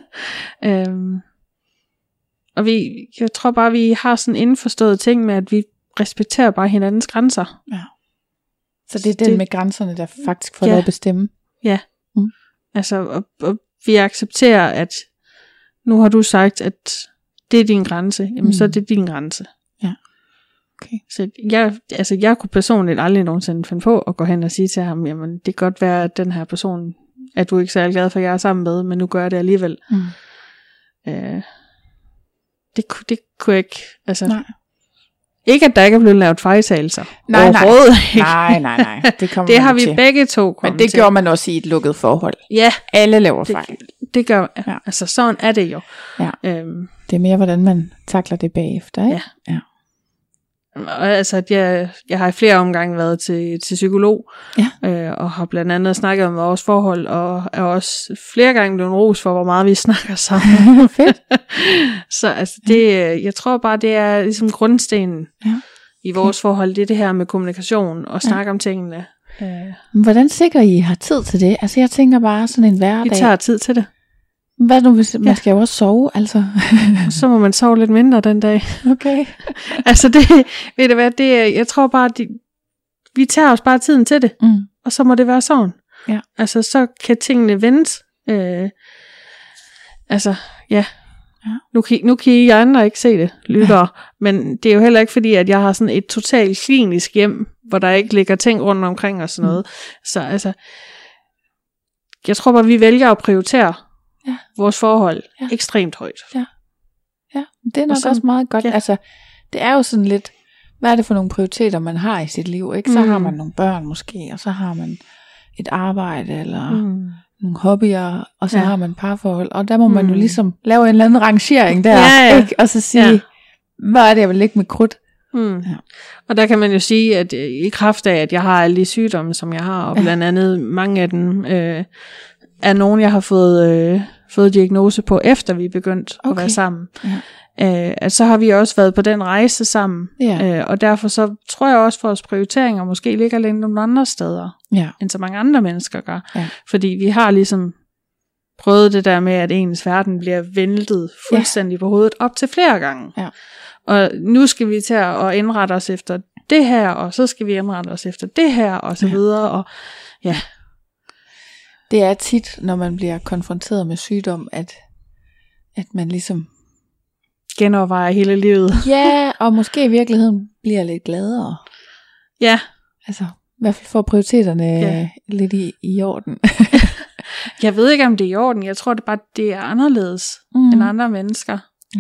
Og jeg tror bare, vi har sådan indforstået ting med, at vi respekterer bare hinandens grænser. Ja.
Så det er den med grænserne, der faktisk får lov at bestemme.
Ja. Altså, og vi accepterer, at nu har du sagt, at det er din grænse, jamen så er det din grænse. Ja. Okay. Så jeg kunne personligt aldrig nogensinde finde på at gå hen og sige til ham, jamen det kan godt være, at den her person, at du ikke er særlig glad for, at jeg er sammen med, men nu gør jeg det alligevel. Det kunne jeg ikke, altså. Nej. Ikke at der ikke er blevet lavet fejltagelser. Overhovedet ikke.
Nej.
Det har vi til. Begge to kommet til.
Men det gjorde man også i et lukket forhold.
Ja.
Alle laver fejl.
Det gør, altså sådan er det jo. Ja.
Det er mere, hvordan man takler det bagefter, ikke? Ja.
Og altså, jeg har i flere omgange været til psykolog, og har blandt andet snakket om vores forhold, og er også flere gange blevet ros for, hvor meget vi snakker sammen.
Fedt.
Så altså, jeg tror bare, det er ligesom grundstenen i vores forhold, det er det her med kommunikation, og snakke om tingene.
Hvordan sikrer I har tid til det? Altså, jeg tænker bare sådan en hverdag.
Vi tager tid til det.
Hvad nu, hvis man skal jo også sove, altså?
Så må man sove lidt mindre den dag.
Okay.
Altså det, ved du hvad, jeg tror bare, vi tager os bare tiden til det, og så må det være sådan. Ja. Altså så kan tingene vendes. Nu kan I andre ikke se det, lyttere, men det er jo heller ikke fordi, at jeg har sådan et totalt klinisk hjem, hvor der ikke ligger ting rundt omkring og sådan noget. Så altså, jeg tror bare, vi vælger at prioritere vores forhold ekstremt højt. Ja,
det er nok også meget godt. Altså, det er jo sådan lidt, hvad er det for nogle prioriteter, man har i sit liv, ikke? Så har man nogle børn måske, og så har man et arbejde, eller nogle hobbyer, og så har man parforhold, og der må man jo ligesom lave en eller anden rangering der, ikke? Og så sige, hvad er det, jeg vil lægge med krudt?
Ja. Og der kan man jo sige, at i kraft af, at jeg har alle de sygdomme, som jeg har, og blandt andet mange af dem er nogen, jeg har fået diagnose på, efter vi er begyndt at være sammen. At så har vi også været på den rejse sammen, og derfor så tror jeg også, at vores prioriteringer måske ligger lidt nogle andre steder, end så mange andre mennesker gør. Fordi vi har ligesom prøvet det der med, at ens verden bliver væltet fuldstændig på hovedet op til flere gange. Og nu skal vi til at indrette os efter det her, og så skal vi indrette os efter det her, og så videre, og
det er tit, når man bliver konfronteret med sygdom, at man ligesom
genovervejer hele livet.
Ja, og måske i virkeligheden bliver lidt gladere.
Ja.
Altså, i hvert fald får prioriteterne lidt i orden.
Jeg ved ikke, om det er i orden. Jeg tror det bare, det er anderledes end andre mennesker.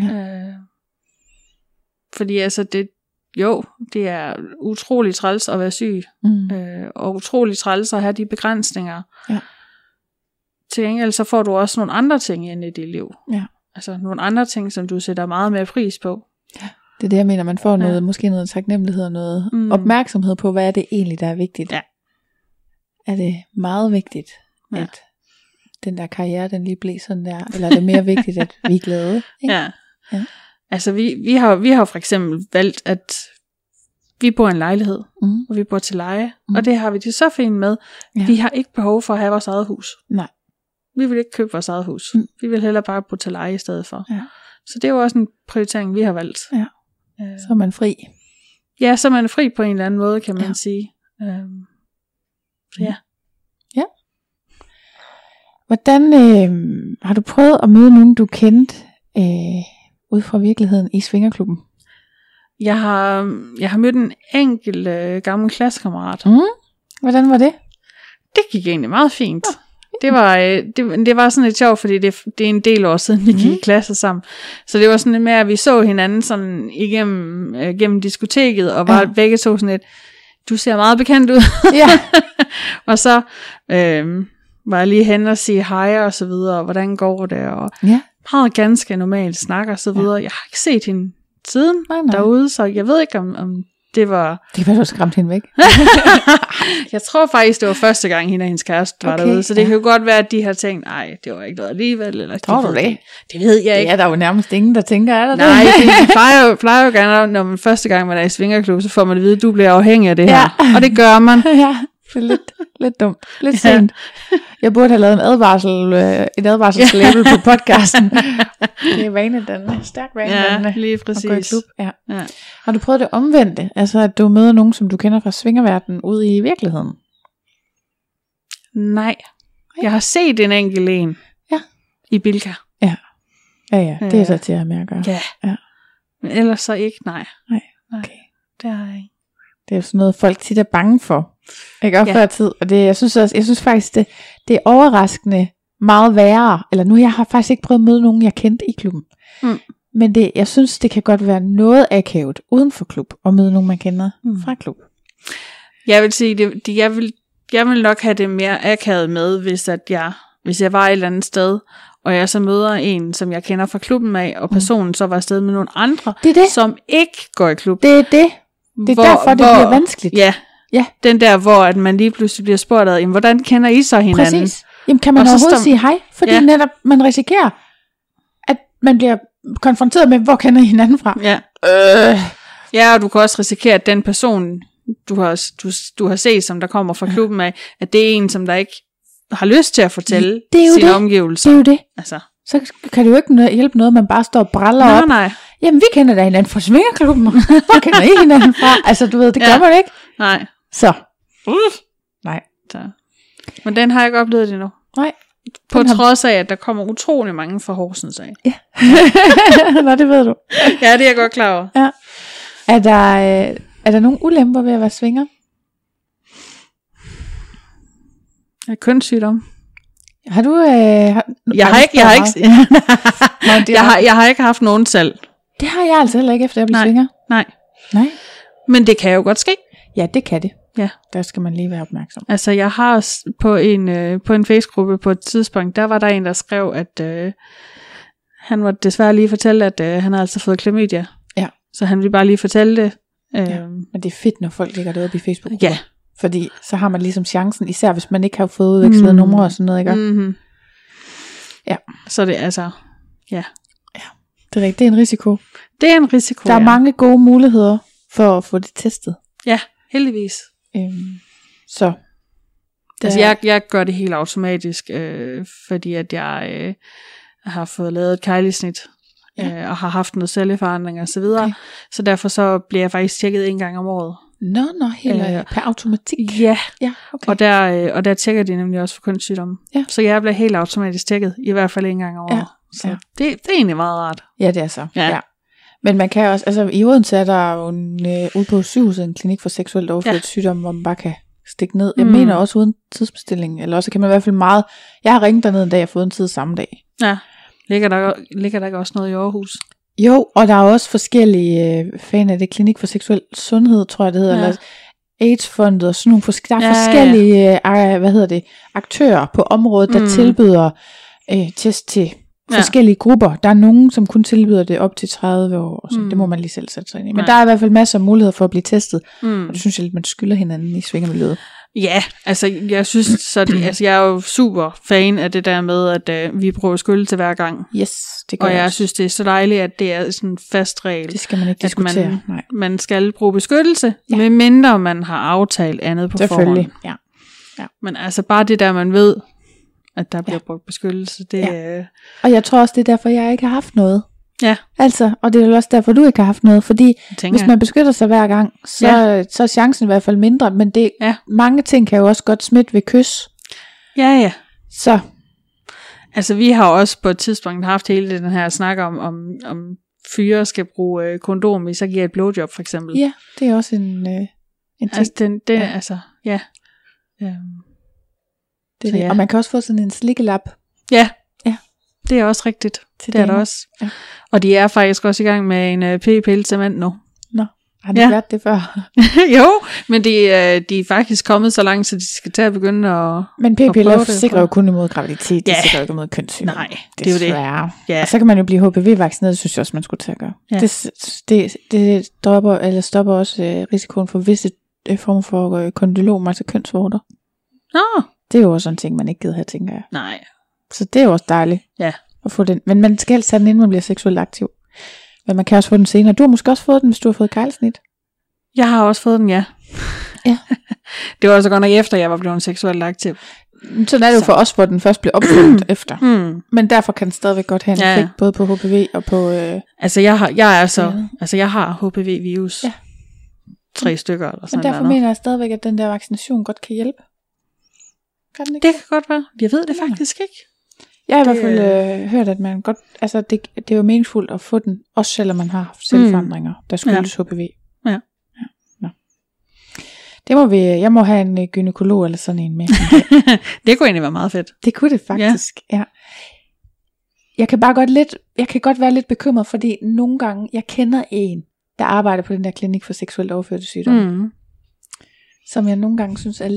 Fordi altså, det er utroligt træls at være syg. Og utroligt træls at have de begrænsninger. Ja. Til gengæld så får du også nogle andre ting ind i dit liv. Ja. Altså nogle andre ting, som du sætter meget mere pris på.
Ja. Det er det, jeg mener. Man får noget, måske noget taknemmelighed og noget opmærksomhed på, hvad er det egentlig, der er vigtigt. Ja. Er det meget vigtigt, at den der karriere, den lige blev sådan der? Eller er det mere vigtigt, at vi er glade? Ikke? Ja.
Altså vi har for eksempel valgt, at vi bor i en lejlighed, og vi bor til leje, og det har vi det så fint med. Vi har ikke behov for at have vores eget hus. Nej. Vi vil ikke købe vores eget hus. Vi vil hellere bare bo til leje i stedet for. Ja. Så det er jo også en prioritering, vi har valgt. Ja.
Så er man fri.
Ja, så er man fri på en eller anden måde, kan man sige. Ja.
Hvordan har du prøvet at møde nogen, du kendte ud fra virkeligheden i Svingerklubben?
Jeg har mødt en enkelt gammel klassekammerat.
Hvordan var det?
Det gik egentlig meget fint. det var sådan lidt sjovt, fordi det er en del år siden, vi gik i klasse sammen. Så det var sådan lidt med, at vi så hinanden sådan igennem diskoteket, og var begge to sådan lidt, du ser meget bekendt ud. Ja. Og så var jeg lige hen og sige hej og så videre, og hvordan går det, og meget ganske normalt snak og så videre. Jeg har ikke set hende siden derude, så jeg ved ikke, om det var...
Det kan være, du skræmte hende væk.
Jeg tror faktisk, det var første gang, hende og hendes kæreste var derude, så det kan jo godt være, at de har tænkt, nej, det var ikke noget alligevel. Eller,
tror du det?
Det ved jeg ikke.
Det er der jo nærmest ingen, der tænker, er der det?
Nej, det plejer jo gerne, når man første gang man er i svingerklub, så får man at vide, at du bliver afhængig af det her. Og det gør man.
Ja, det er lidt dumt. Lidt sent. Jeg burde have lavet en advarselslabel på podcasten. Det er vanedannende. Stærk vanedannende.
Ja, lige præcis.
At gå i klub. Ja. Har du prøvet det omvendte? Altså, at du møder nogen, som du kender fra svingerverdenen ude i virkeligheden?
Nej. Jeg har set en enkelt en. Ja. I Bilka.
Ja. Ja. Det er så til at have med at gøre.
Ja. Men ellers så ikke, nej.
Okay.
Det har jeg ikke.
Det er jo sådan noget, folk tit er bange for. Ikke op før tid. Og det, jeg synes faktisk, det er overraskende meget værre. Eller nu, jeg har faktisk ikke prøvet at møde nogen, jeg kendte i klubben. Men jeg synes, det kan godt være noget akavet uden for klub, at møde nogen, man kender fra klub.
Jeg vil sige, jeg vil nok have det mere akavet med, hvis jeg var et eller andet sted, og jeg så møder en, som jeg kender fra klubben af, og personen så var afsted med nogle andre, som ikke går i klub.
Det er det. Det er derfor, det bliver vanskeligt.
Ja, den der, hvor at man lige pludselig bliver spurgt af, hvordan kender I så hinanden?
Præcis. Jamen, kan man overhovedet sige hej? Fordi netop man risikerer, at man bliver konfronteret med, hvor kender I hinanden fra?
Ja. Ja, og du kan også risikere, at den person, du har set, som der kommer fra klubben af, at det er en, som der ikke har lyst til at fortælle sine omgivelser.
Det er jo det.
Altså.
Så kan det jo ikke hjælpe noget, man bare står og bræller op.
Nej.
Jamen, vi kender da hinanden fra svingerklubben. Hvor kender I hinanden fra? Altså, du ved, det gør man ikke.
Nej.
Så. Nej.
Så. Men den har jeg ikke oplevet endnu.
Nej.
På trods af, at der kommer utrolig mange fra Horsens af.
Ja. Nå, det ved du.
Ja, det er jeg godt klar over.
Ja. Er der nogle ulemper ved at være svinger?
Kønssygdom.
Har du...
Jeg har ikke haft nogen selv.
Det har jeg altså heller ikke, efter jeg blev svinger.
Nej. Men det kan jo godt ske.
Ja, det kan det.
Ja.
Der skal man lige være opmærksom.
Altså, jeg har på en Facebook-gruppe på et tidspunkt, der var der en, der skrev, at han var desværre lige fortælle, at han har altså fået klamydia. Ja. Så han ville bare lige fortælle det.
Men det er fedt, når folk lægger det op i Facebook.
Ja.
Fordi så har man ligesom chancen, især hvis man ikke har fået udvekslet numre og sådan noget, ikke?
Mm-hmm.
Ja.
Så det er altså, ja.
Det er rigtigt, det er en risiko.
Det er en risiko,
Der er mange gode muligheder for at få det testet.
Ja, heldigvis.
Så.
Altså jeg gør det helt automatisk, fordi at jeg har fået lavet et kejlesnit, og har haft noget celleforandring og så videre. Okay. Så derfor så bliver jeg faktisk tjekket en gang om året.
Nå, helt per automatik.
Ja,
okay.
Og der tjekker de nemlig også for kønssygdomme. Ja. Så jeg bliver helt automatisk tjekket, i hvert fald en gang om året. Så det er egentlig meget rart.
Ja, det er så. Ja. Men man kan også, altså i Odense er der jo ude på sygehuset en klinik for seksuelt overført sygdom, hvor man bare kan stikke ned. Jeg mener også uden tidsbestilling, eller også kan man i hvert fald meget. Jeg har ringet derned en dag og fået en tid samme dag. Ja.
Ligger der ikke også noget i Aarhus?
Jo, og der er også forskellige fan af det klinik for seksuel sundhed, tror jeg det hedder, eller AIDS-fondet og sådan nogle der er forskellige aktører på området, der tilbyder test til forskellige grupper. Der er nogen, som kun tilbyder det op til 30 år, så det må man lige selv sætte sig ind i. Men der er i hvert fald masser af muligheder for at blive testet, og det synes jeg, man skylder hinanden i svingermiljøet.
Ja, altså jeg synes, jeg er jo super fan af det der med, at vi bruger beskyttelse hver gang.
Yes, det gør
og jeg synes, det er så dejligt, at det er sådan en fast regel.
Det skal man ikke diskutere.
Man skal bruge beskyttelse, medmindre man har aftalt andet på forhånd.
Ja.
Men altså bare det der, man ved, at der bliver brugt beskyttelse, det
Og jeg tror også, det er derfor, jeg ikke har haft noget.
Ja.
Altså, og det er jo også derfor, du ikke har haft noget, fordi hvis man beskytter sig hver gang, så er chancen i hvert fald mindre, men mange ting kan jo også godt smitte ved kys.
Ja.
Så.
Altså, vi har også på et tidspunkt haft hele den her snak om fyre skal bruge kondom, hvis så giver et blowjob, for eksempel.
Ja, det er også en ting.
Altså,
Det er det. Og man kan også få sådan en slikkelap.
Ja, det er også rigtigt. Det er der også. Ja. Og de er faktisk også i gang med en p-pille til mænd nu.
Nå, har de været det før?
Jo, men de er faktisk kommet så langt, så de skal til at begynde at...
Men p-piller sikrer jo kun imod graviditet, det sikrer jo ikke imod kønssygdom.
Nej, det er jo det.
Ja. Og så kan man jo blive HPV-vaccineret, synes jeg også, man skulle til at gøre. Ja. Det stopper også risikoen for visse former for kondylom, altså kønsvorter.
Nå.
Det er jo også en ting, man ikke gider have, tænker jeg.
Nej.
Så det er jo også dejligt at få den. Men man skal helst have den, inden man bliver seksuelt aktiv. Men man kan også få den senere. Du har måske også fået den, hvis du har fået kejlsnit.
Jeg har også fået den, ja. Det var altså godt nok efter, jeg var blevet seksuelt aktiv.
Sådan er det jo for os, hvor den først blev opfundet efter. Men derfor kan den stadigvæk godt have en effekt, både på HPV og på...
Altså, jeg har HPV-virus. Ja. 3 stykker eller sådan noget.
Men derfor mener jeg stadigvæk, at den der vaccination godt kan hjælpe.
Kan den ikke? Det kan godt være. Jeg ved det faktisk ikke.
Jeg har i hvert fald hørt, at man godt... Altså, det er jo meningsfuldt at få den, også selvom man har selvforandringer, der skyldes HPV.
Ja.
Nå. Det må vi... Jeg må have en gynekolog eller sådan en med.
Det kunne egentlig være meget fedt.
Det kunne det faktisk, ja. Jeg kan godt være lidt bekymret, fordi nogle gange, jeg kender en, der arbejder på den der klinik for seksuelt overførte sygdomme, som jeg nogle gange synes er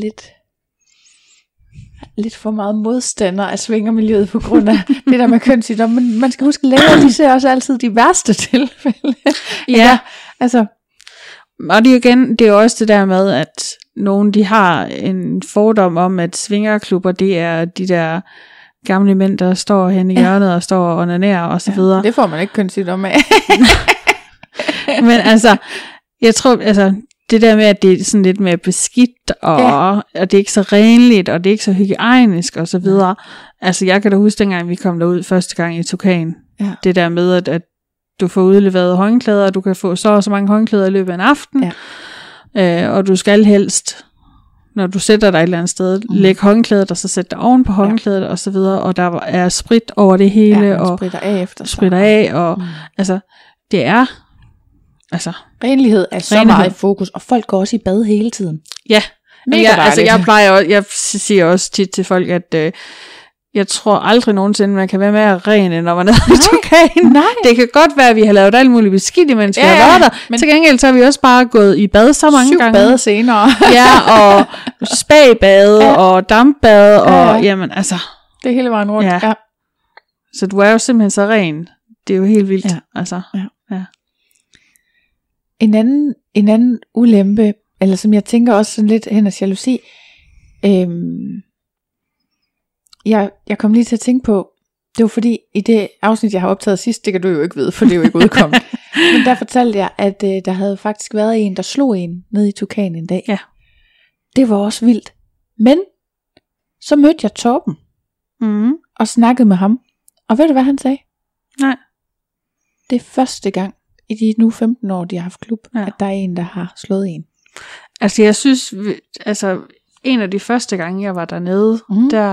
lidt for meget modstander af svingermiljøet på grund af det der med kønssygdom. Men man skal huske, at læger, de ser også altid de værste tilfælde.
Ja,
altså.
Og det er jo også det der med, at nogen de har en fordom om, at svingerklubber, det er de der gamle mænd, der står hen i hjørnet og står og onanerer og så videre.
Det får man ikke kønssygdom af.
Men altså, jeg tror, altså, det der med, at det er sådan lidt mere beskidt, og det er ikke så renligt, og det er ikke så hygiejnisk, og så videre. Altså, jeg kan da huske, dengang vi kom derud første gang i Tukan. Ja. Det der med, at du får udleveret håndklæder, og du kan få så og så mange håndklæder i løbet af en aften. Ja. Og du skal helst, når du sætter dig et eller andet sted, lægge håndklædet, og så sætte dig oven på håndklædet, og så videre. Og der er sprit over det hele, og spritter af, og altså, det er... Altså,
renlighed er så meget i fokus, og folk går også i bad hele tiden.
Ja, jeg siger også tit til folk, at jeg tror aldrig nogensinde, man kan være mere ren, når man er i Tukan. Det kan godt være, at vi har lavet alt muligt beskidt, mens vi har været der. Men til gengæld så har vi også bare gået i bad så mange gange.
7 bade senere.
Og spabade og dampbade, og jamen altså.
Det er hele vejen rundt. Ja.
Så du er jo simpelthen så ren. Det er jo helt vildt. Ja. Altså, ja.
En anden ulempe, eller som jeg tænker også sådan lidt hen af jalousi, jeg kom lige til at tænke på, det var fordi i det afsnit, jeg har optaget sidst, det kan du jo ikke vide, for det er jo ikke udkommet. Men der fortalte jeg, at der havde faktisk været en, der slog en nede i Tukan en dag.
Ja. Det
var også vildt. Men så mødte jeg Torben og snakkede med ham. Og ved du hvad han sagde?
Nej.
Det er første gang i de nu 15 år, de har haft klub, at der er en, der har slået en.
Altså jeg synes, en af de første gange, jeg var dernede, der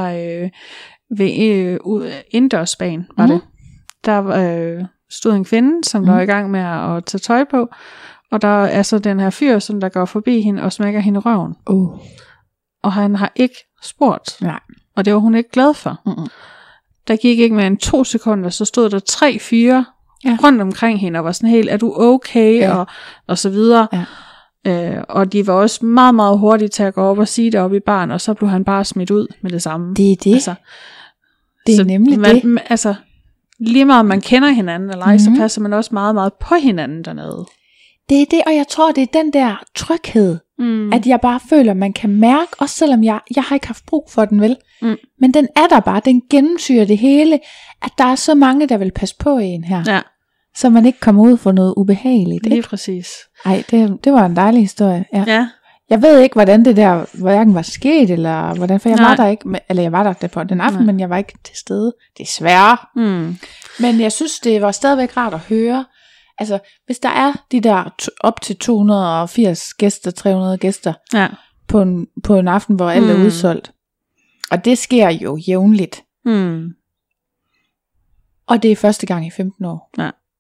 ved indendørsbanen var det, der stod en kvinde, som var i gang med at tage tøj på, og der er så den her fyr, som der går forbi hende og smækker hende i røven. Og han har ikke spurgt.
Nej.
Og det var hun ikke glad for. Der gik ikke mere end 2 sekunder, så stod der 3 fyre rundt omkring hende, og var sådan helt, er du okay? Og så videre. Ja. Og de var også meget, meget hurtige til at gå op og sige det op i baren, og så blev han bare smidt ud med det samme.
Det er det. Altså, det er nemlig det.
Altså, lige meget man kender hinanden eller ej, så passer man også meget, meget på hinanden dernede.
Det er det, og jeg tror, det er den der tryghed, at jeg bare føler, man kan mærke, også selvom jeg har ikke haft brug for den, vel? Men den er der bare, den gennemsyrer det hele, at der er så mange, der vil passe på en her. Ja. Så man ikke kommer ud for noget ubehageligt.
Lige præcis.
Ej, det var en dejlig historie. Ja. Jeg ved ikke, hvordan det der hverken var sket, eller hvordan, for jeg var der ikke, eller jeg var der på den aften, men jeg var ikke til stede. Desværre. Men jeg synes, det var stadigvæk rart at høre. Altså, hvis der er de der op til 280 gæster, 300 gæster på en aften, hvor alt er udsolgt. Og det sker jo jævnligt. Og det er første gang i 15 år.
Ja.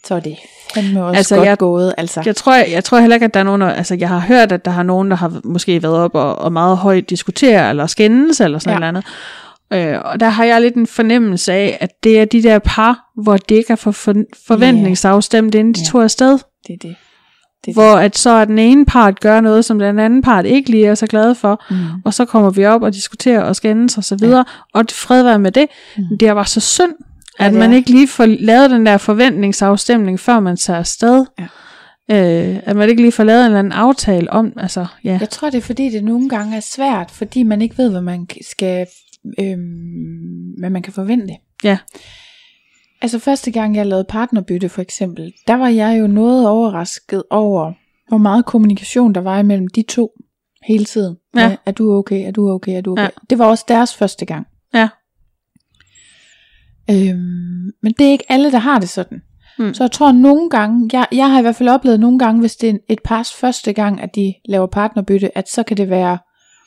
Så er det fandme også godt gået. Altså.
Jeg tror heller ikke, at der er nogen, altså jeg har hørt, at der har nogen, der har måske været op og meget højt diskutere, eller skændes, eller sådan noget andet. Og der har jeg lidt en fornemmelse af, at det er de der par, hvor det ikke er forventningsafstemt, inden de tog afsted.
Det er det.
Hvor at så er den ene part gør noget, som den anden part ikke lige er så glad for, og så kommer vi op og diskuterer og skændes og så videre, og fred være med det. Det er bare så synd, at man ikke lige får lavet den der forventningsafstemning, før man tager afsted. At man ikke lige får lavet en eller anden aftale om, altså, ja.
Jeg tror, det er fordi, det nogle gange er svært, fordi man ikke ved, hvad man skal, hvad man kan forvente.
Ja.
Altså første gang, jeg lavede partnerbytte for eksempel, der var jeg jo noget overrasket over, hvor meget kommunikation der var imellem de to hele tiden. Ja. Er du okay? Er du okay? Er du okay? Ja. Det var også deres første gang.
Ja.
Men det er ikke alle, der har det sådan. Så jeg tror nogle gange, jeg har i hvert fald oplevet nogle gange, hvis det er et pars første gang, at de laver partnerbytte, at så kan det være,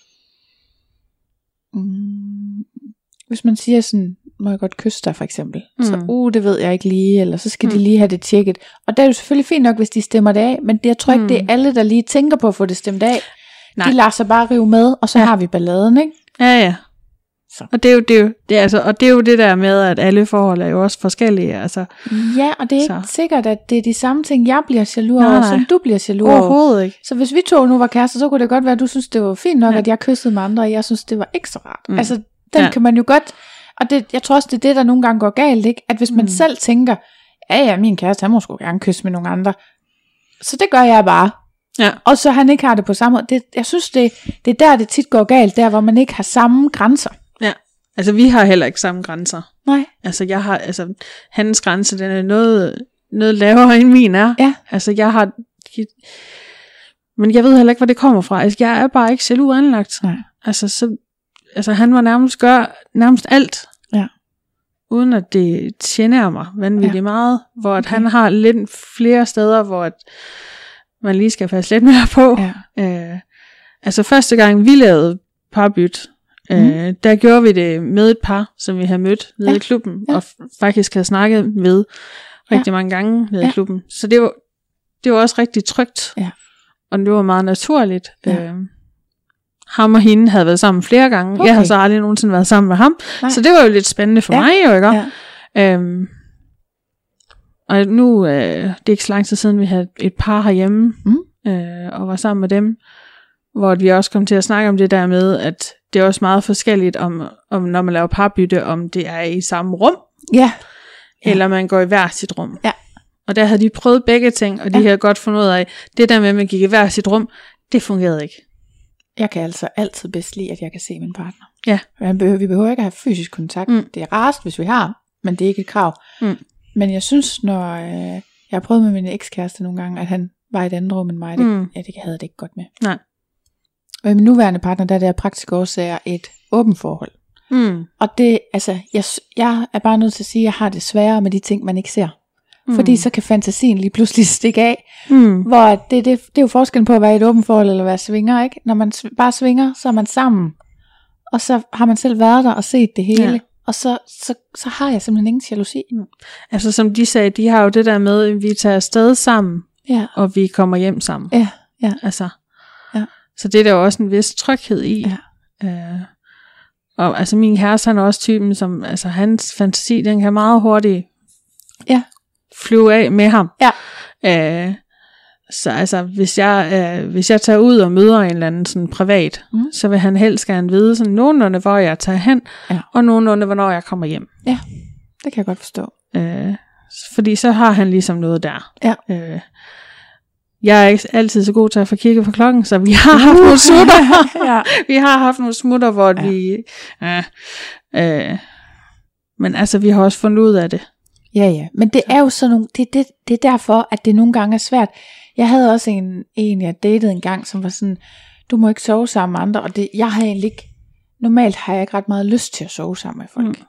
hvis man siger sådan, må jeg godt kysse dig for eksempel, så det ved jeg ikke lige, eller så skal de lige have det tjekket, og der er jo selvfølgelig fint nok, hvis de stemmer det af, men jeg tror ikke, det er alle, der lige tænker på at få det stemt af. Nej. De lader sig bare rive med, og så har vi balladen, ikke?
Ja. Så. Og det er jo det der med, at alle forhold er jo også forskellige. Altså.
Ja, og det er ikke sikkert, at det er de samme ting, jeg bliver jaloux over, som du bliver jaloux over.
Overhovedet ikke.
Så hvis vi to nu var kærester, så kunne det godt være, at du synes, det var fint nok, at jeg kyssede med andre, og jeg synes, det var ekstra rart. Altså, den kan man jo godt, og det, jeg tror også, det er det, der nogle gange går galt, ikke? At hvis man selv tænker, ja, min kæreste, han må sgu gerne kysse med nogle andre. Så det gør jeg bare. Ja. Og så han ikke har det på samme måde. Jeg synes, det er der, det tit går galt, der hvor man ikke har samme grænser.
Ja, altså vi har heller ikke samme grænser.
Nej.
Altså hans grænse, den er noget lavere end min er. Ja. Altså men jeg ved heller ikke, hvor det kommer fra. Altså jeg er bare ikke jaloux anlagt.
Nej.
Altså han var nærmest alt.
Ja.
Uden at det generer mig vanvittigt meget. Hvor at han har lidt flere steder, hvor at man lige skal passe lidt mere på. Ja. Altså første gang vi lavede parbyt, der gjorde vi det med et par, som vi havde mødt nede i klubben, og faktisk havde snakket med rigtig mange gange nede i klubben. Så det var også rigtig trygt, og det var meget naturligt. Ja. Ham og hende havde været sammen flere gange. Okay. Jeg har så aldrig nogensinde været sammen med ham. Nej. Så det var jo lidt spændende for mig, jo ikke? Ja. Og nu, det er ikke så lang tid siden, vi havde et par herhjemme, og var sammen med dem, hvor vi også kom til at snakke om det der med, at det er også meget forskelligt, om når man laver parbytte, om det er i samme rum, eller man går i hver sit rum. Ja. Og der havde de prøvet begge ting, og de havde godt fundet ud af, det der med, at man gik i hver sit rum, det fungerede ikke.
Jeg kan altså altid bedst lide, at jeg kan se min partner.
Ja.
Vi behøver ikke at have fysisk kontakt. Det er rarest, hvis vi har, men det er ikke et krav. Men jeg synes, når jeg har prøvet med min ekskæreste nogle gange, at han var i et andet rum end mig, det havde det ikke godt med.
Nej.
Og i min nuværende partner, der er det af praktiske årsager et åbent forhold. Og det, altså, jeg er bare nødt til at sige, at jeg har det sværere med de ting, man ikke ser. Fordi så kan fantasien lige pludselig stikke af. Hvor det er jo forskellen på at være i et åbent forhold eller være svinger, ikke? Når man bare svinger, så er man sammen. Og så har man selv været der og set det hele. Ja. Og så har jeg simpelthen ingen jalousi.
Altså som de sagde, de har jo det der med, at vi tager afsted sammen, og vi kommer hjem sammen.
Ja.
Altså, så det er der jo også en vis tryghed i. Ja. Og altså min kæreste, han er også typen, som, altså hans fantasi, den kan meget hurtigt flyve af med ham. Ja. Så altså, hvis jeg tager ud og møder en eller anden sådan privat, så vil han helst gerne vide sådan nogenlunde, hvor jeg tager hen, og nogenlunde, hvornår jeg kommer hjem.
Ja, det kan jeg godt forstå.
Fordi så har han ligesom noget der.
Ja.
Jeg er ikke altid så god til at få kigget på klokken, så vi har haft nogle smutter. Vi har haft nogle smutter, hvor vi... men altså, vi har også fundet ud af det.
Ja, men det er jo sådan nogle... Det er derfor, at det nogle gange er svært. Jeg havde også en jeg datede en gang, som var sådan, du må ikke sove sammen med andre, og jeg har egentlig ikke... Normalt har jeg ikke ret meget lyst til at sove sammen med folk.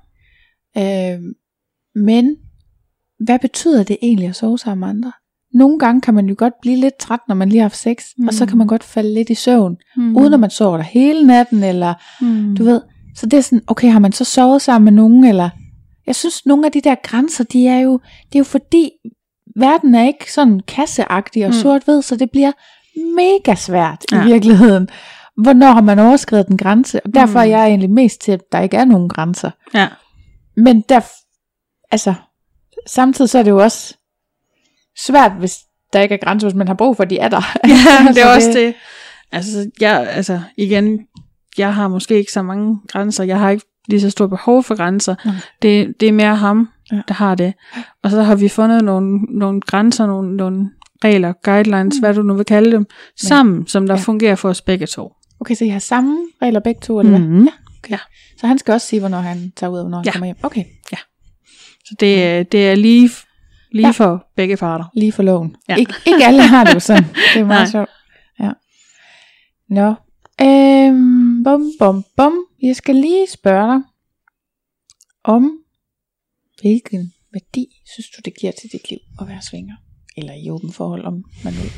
Men hvad betyder det egentlig at sove sammen med andre? Nogle gange kan man jo godt blive lidt træt, når man lige har haft sex, og så kan man godt falde lidt i søvn, uden at man sover der hele natten, eller du ved. Så det er sådan, okay, har man så sovet sammen med nogen, eller... Jeg synes, nogle af de der grænser, det er jo fordi, verden er ikke sådan kasseagtig og sort-hvid, så det bliver mega svært i virkeligheden. Hvornår har man overskredet den grænse? Og derfor er jeg egentlig mest til, at der ikke er nogen grænser.
Ja.
Men samtidig så er det jo også svært, hvis der ikke er grænser, hvis man har brug for, at de er der.
Ja, det er også det. Igen, jeg har måske ikke så mange grænser. Jeg har ikke lige så stort behov for grænser. Det er mere ham, der har det. Og så har vi fundet nogle grænser, nogle regler, guidelines, hvad du nu vil kalde dem, sammen, som der fungerer for os begge to.
Okay, så I har samme regler begge to, eller hvad? Ja, okay. Så han skal også sige, hvornår han tager ud, og hvornår han kommer hjem. Okay. Ja.
Så det er lige for begge parter.
Lige for loven. Ja. Ikke alle har det jo sådan. Det er meget sjovt. Ja. Nå. Bum. Jeg skal lige spørge dig om, hvilken værdi synes du, det giver til dit liv at være swinger? Eller i åbent forhold, om man vil.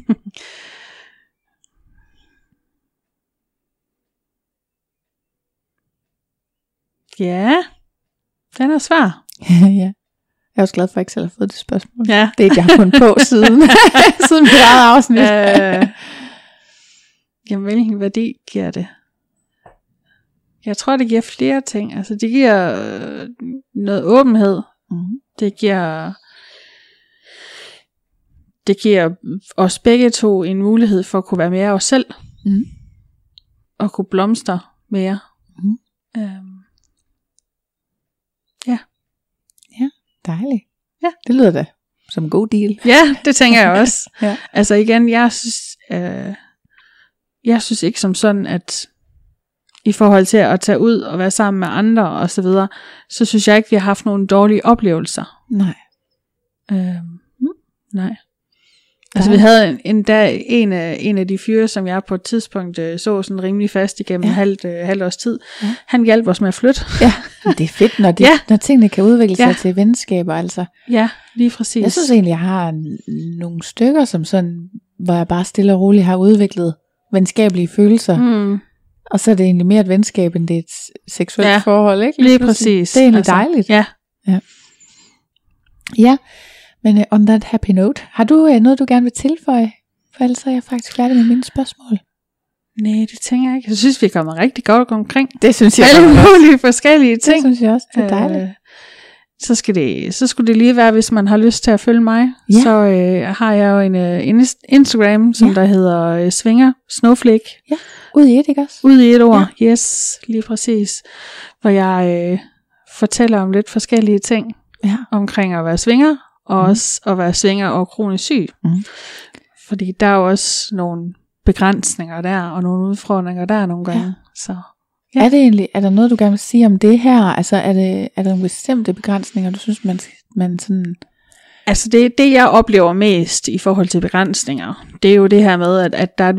Ja, den er svær.
Ja. Jeg er også glad for, at jeg ikke selv har fået det spørgsmål.
Ja.
Det er et, jeg har fundet på siden mit eget afsnit.
Jamen, hvilken værdi giver det? Jeg tror, det giver flere ting. Altså, det giver noget åbenhed. Det giver os begge to en mulighed for at kunne være mere os selv. Og kunne blomstre mere.
Ja, dejligt. Ja, det lyder da som en god deal.
Ja, det tænker jeg også. Altså igen, jeg synes ikke som sådan, at i forhold til at tage ud og være sammen med andre og så videre, så synes jeg ikke, vi har haft nogle dårlige oplevelser.
Nej.
Nej. Altså vi havde en af de fyre, som jeg på et tidspunkt så sådan rimelig fast igennem halvt års tid. Han hjalp os med at flytte. Ja,
det er fedt, når tingene kan udvikle sig til venskaber, altså.
Ja, lige præcis.
Jeg synes egentlig, jeg har nogle stykker, som sådan, hvor jeg bare stille og roligt har udviklet venskabelige følelser. Og så er det egentlig mere et venskab, end det er et seksuelt forhold, ikke?
Lige præcis.
Det er egentlig dejligt. Ja. Men on that happy note, har du noget, du gerne vil tilføje? For ellers er jeg faktisk færdig med mine spørgsmål.
Nej, det tænker jeg ikke. Jeg synes, vi kommer rigtig godt omkring.
Det synes jeg
alle mulige forskellige ting.
Det synes jeg også, det er dejligt.
Så skulle det lige være, hvis man har lyst til at følge mig. Ja. Så har jeg jo en Instagram, som der hedder Swinger Snowflake.
Ja, ud i et, ikke også?
Ud i et ord, yes, lige præcis. Hvor jeg fortæller om lidt forskellige ting omkring at være swinger. Og også at være swinger og kronisk syg. Fordi der er jo også nogle begrænsninger der, og nogle udfordringer der nogle gange. Så,
er det egentlig, er der noget, du gerne vil sige om det her? Altså er der nogle bestemte begrænsninger, du synes, man sådan...
Altså det jeg oplever mest i forhold til begrænsninger, det er jo det her med, at der er et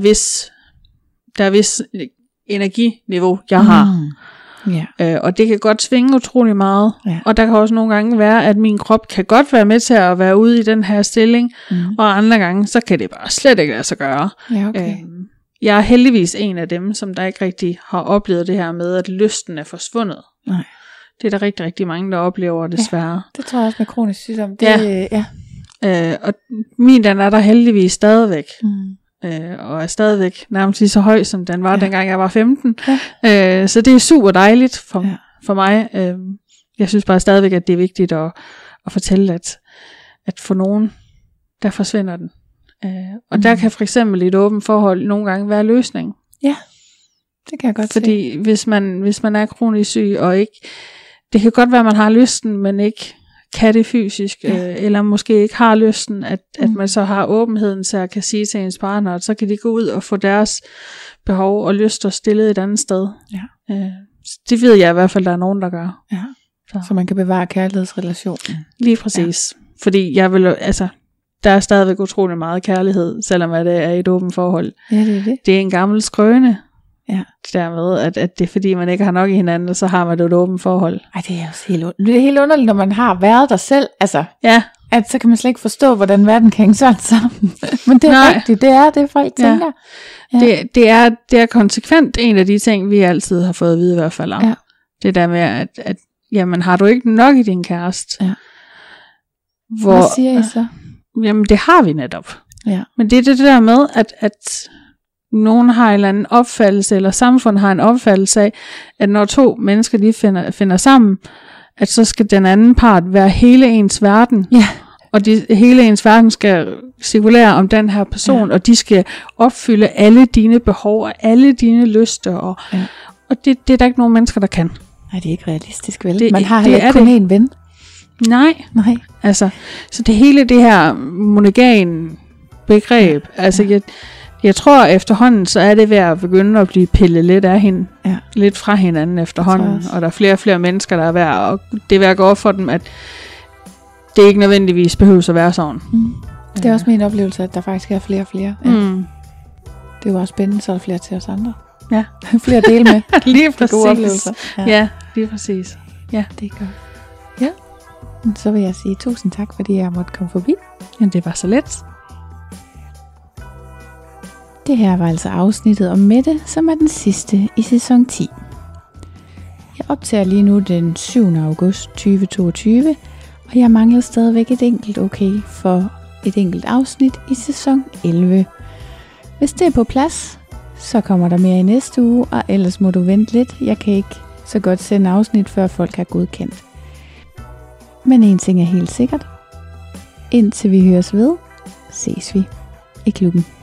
vis energiniveau, jeg har. Og det kan godt svinge utrolig meget. Og der kan også nogle gange være, at min krop kan godt være med til at være ude i den her stilling, og andre gange, så kan det bare slet ikke lade sig gøre. Jeg er heldigvis en af dem, som der ikke rigtig har oplevet det her med, at lysten er forsvundet. Nej. Det er der rigtig, rigtig mange, der oplever, desværre.
Det tror jeg også med kronisk sygdom.
Og min, den er der heldigvis stadigvæk. Og er stadigvæk nærmest lige så høj, som den var, dengang jeg var 15. Så det er super dejligt for mig. Jeg synes bare stadigvæk, at det er vigtigt at fortælle, at for nogen, der forsvinder den. Og der kan for eksempel et åbent forhold nogle gange være løsning.
Ja, det kan jeg godt
Fordi se. Hvis man er kronisk syg, og ikke, det kan godt være, at man har lysten, men ikke kan det fysisk, eller måske ikke har lysten, at man så har åbenheden til at kan sige til ens partner, at så kan de gå ud og få deres behov og lyst og stillet et andet sted. Det ved jeg i hvert fald, der er nogen, der gør.
Så man kan bevare kærlighedsrelationen.
Lige præcis. Fordi der er stadigvæk utrolig meget kærlighed, selvom det er et åbent forhold.
Ja, det er det.
Det er en gammel skrøne. Det der med, at det er fordi, man ikke har nok i hinanden, og så har man et åbent forhold.
Ej, det er også det er helt underligt, når man har været der selv. Altså, at så kan man slet ikke forstå, hvordan verden kan hænge sådan sammen. Men det er rigtigt, det er det, folk tænker.
Det er konsekvent en af de ting, vi altid har fået at vide i hvert fald om. Det der med, at jamen, har du ikke nok i din kæreste?
Hvad siger I så?
Jamen, det har vi netop.
Ja.
Men det er det der med, at nogen har en eller anden opfattelse, eller samfundet har en opfattelse af, at når to mennesker de finder sammen, at så skal den anden part være hele ens verden.
Ja.
Og hele ens verden skal cirkulere om den her person, og de skal opfylde alle dine behov og alle dine lyster. Og det er der ikke nogen mennesker, der kan.
Nej, det er ikke realistisk, vel? Man har heller ikke kun én ven.
Nej. Altså, så det hele det her monogam begreb, altså jeg tror efterhånden, så er det ved at begynde at blive pillet lidt af hende, lidt fra hinanden efterhånden, og der er flere og flere mennesker, der er værd, og det er ved at gå op for dem, at det ikke nødvendigvis behøver at være sådan.
Det er også min oplevelse, at der faktisk er flere og flere. Ja. Det er jo også spændende, så er der flere til os andre.
Ja.
Flere at dele med.
Lige præcis.
Gode oplevelser.
Ja, lige præcis. Ja,
det er godt. Ja. Så vil jeg sige tusind tak, fordi jeg måtte komme forbi.
Ja, det var så let.
Det her var altså afsnittet om Mette, som er den sidste i sæson 10. Jeg optager lige nu den 7. august 2022, og jeg mangler stadigvæk et enkelt okay for et enkelt afsnit i sæson 11. Hvis det er på plads, så kommer der mere i næste uge, og ellers må du vente lidt. Jeg kan ikke så godt sende afsnit, før folk har godkendt. Men en ting er helt sikkert. Indtil vi høres ved, ses vi i klubben.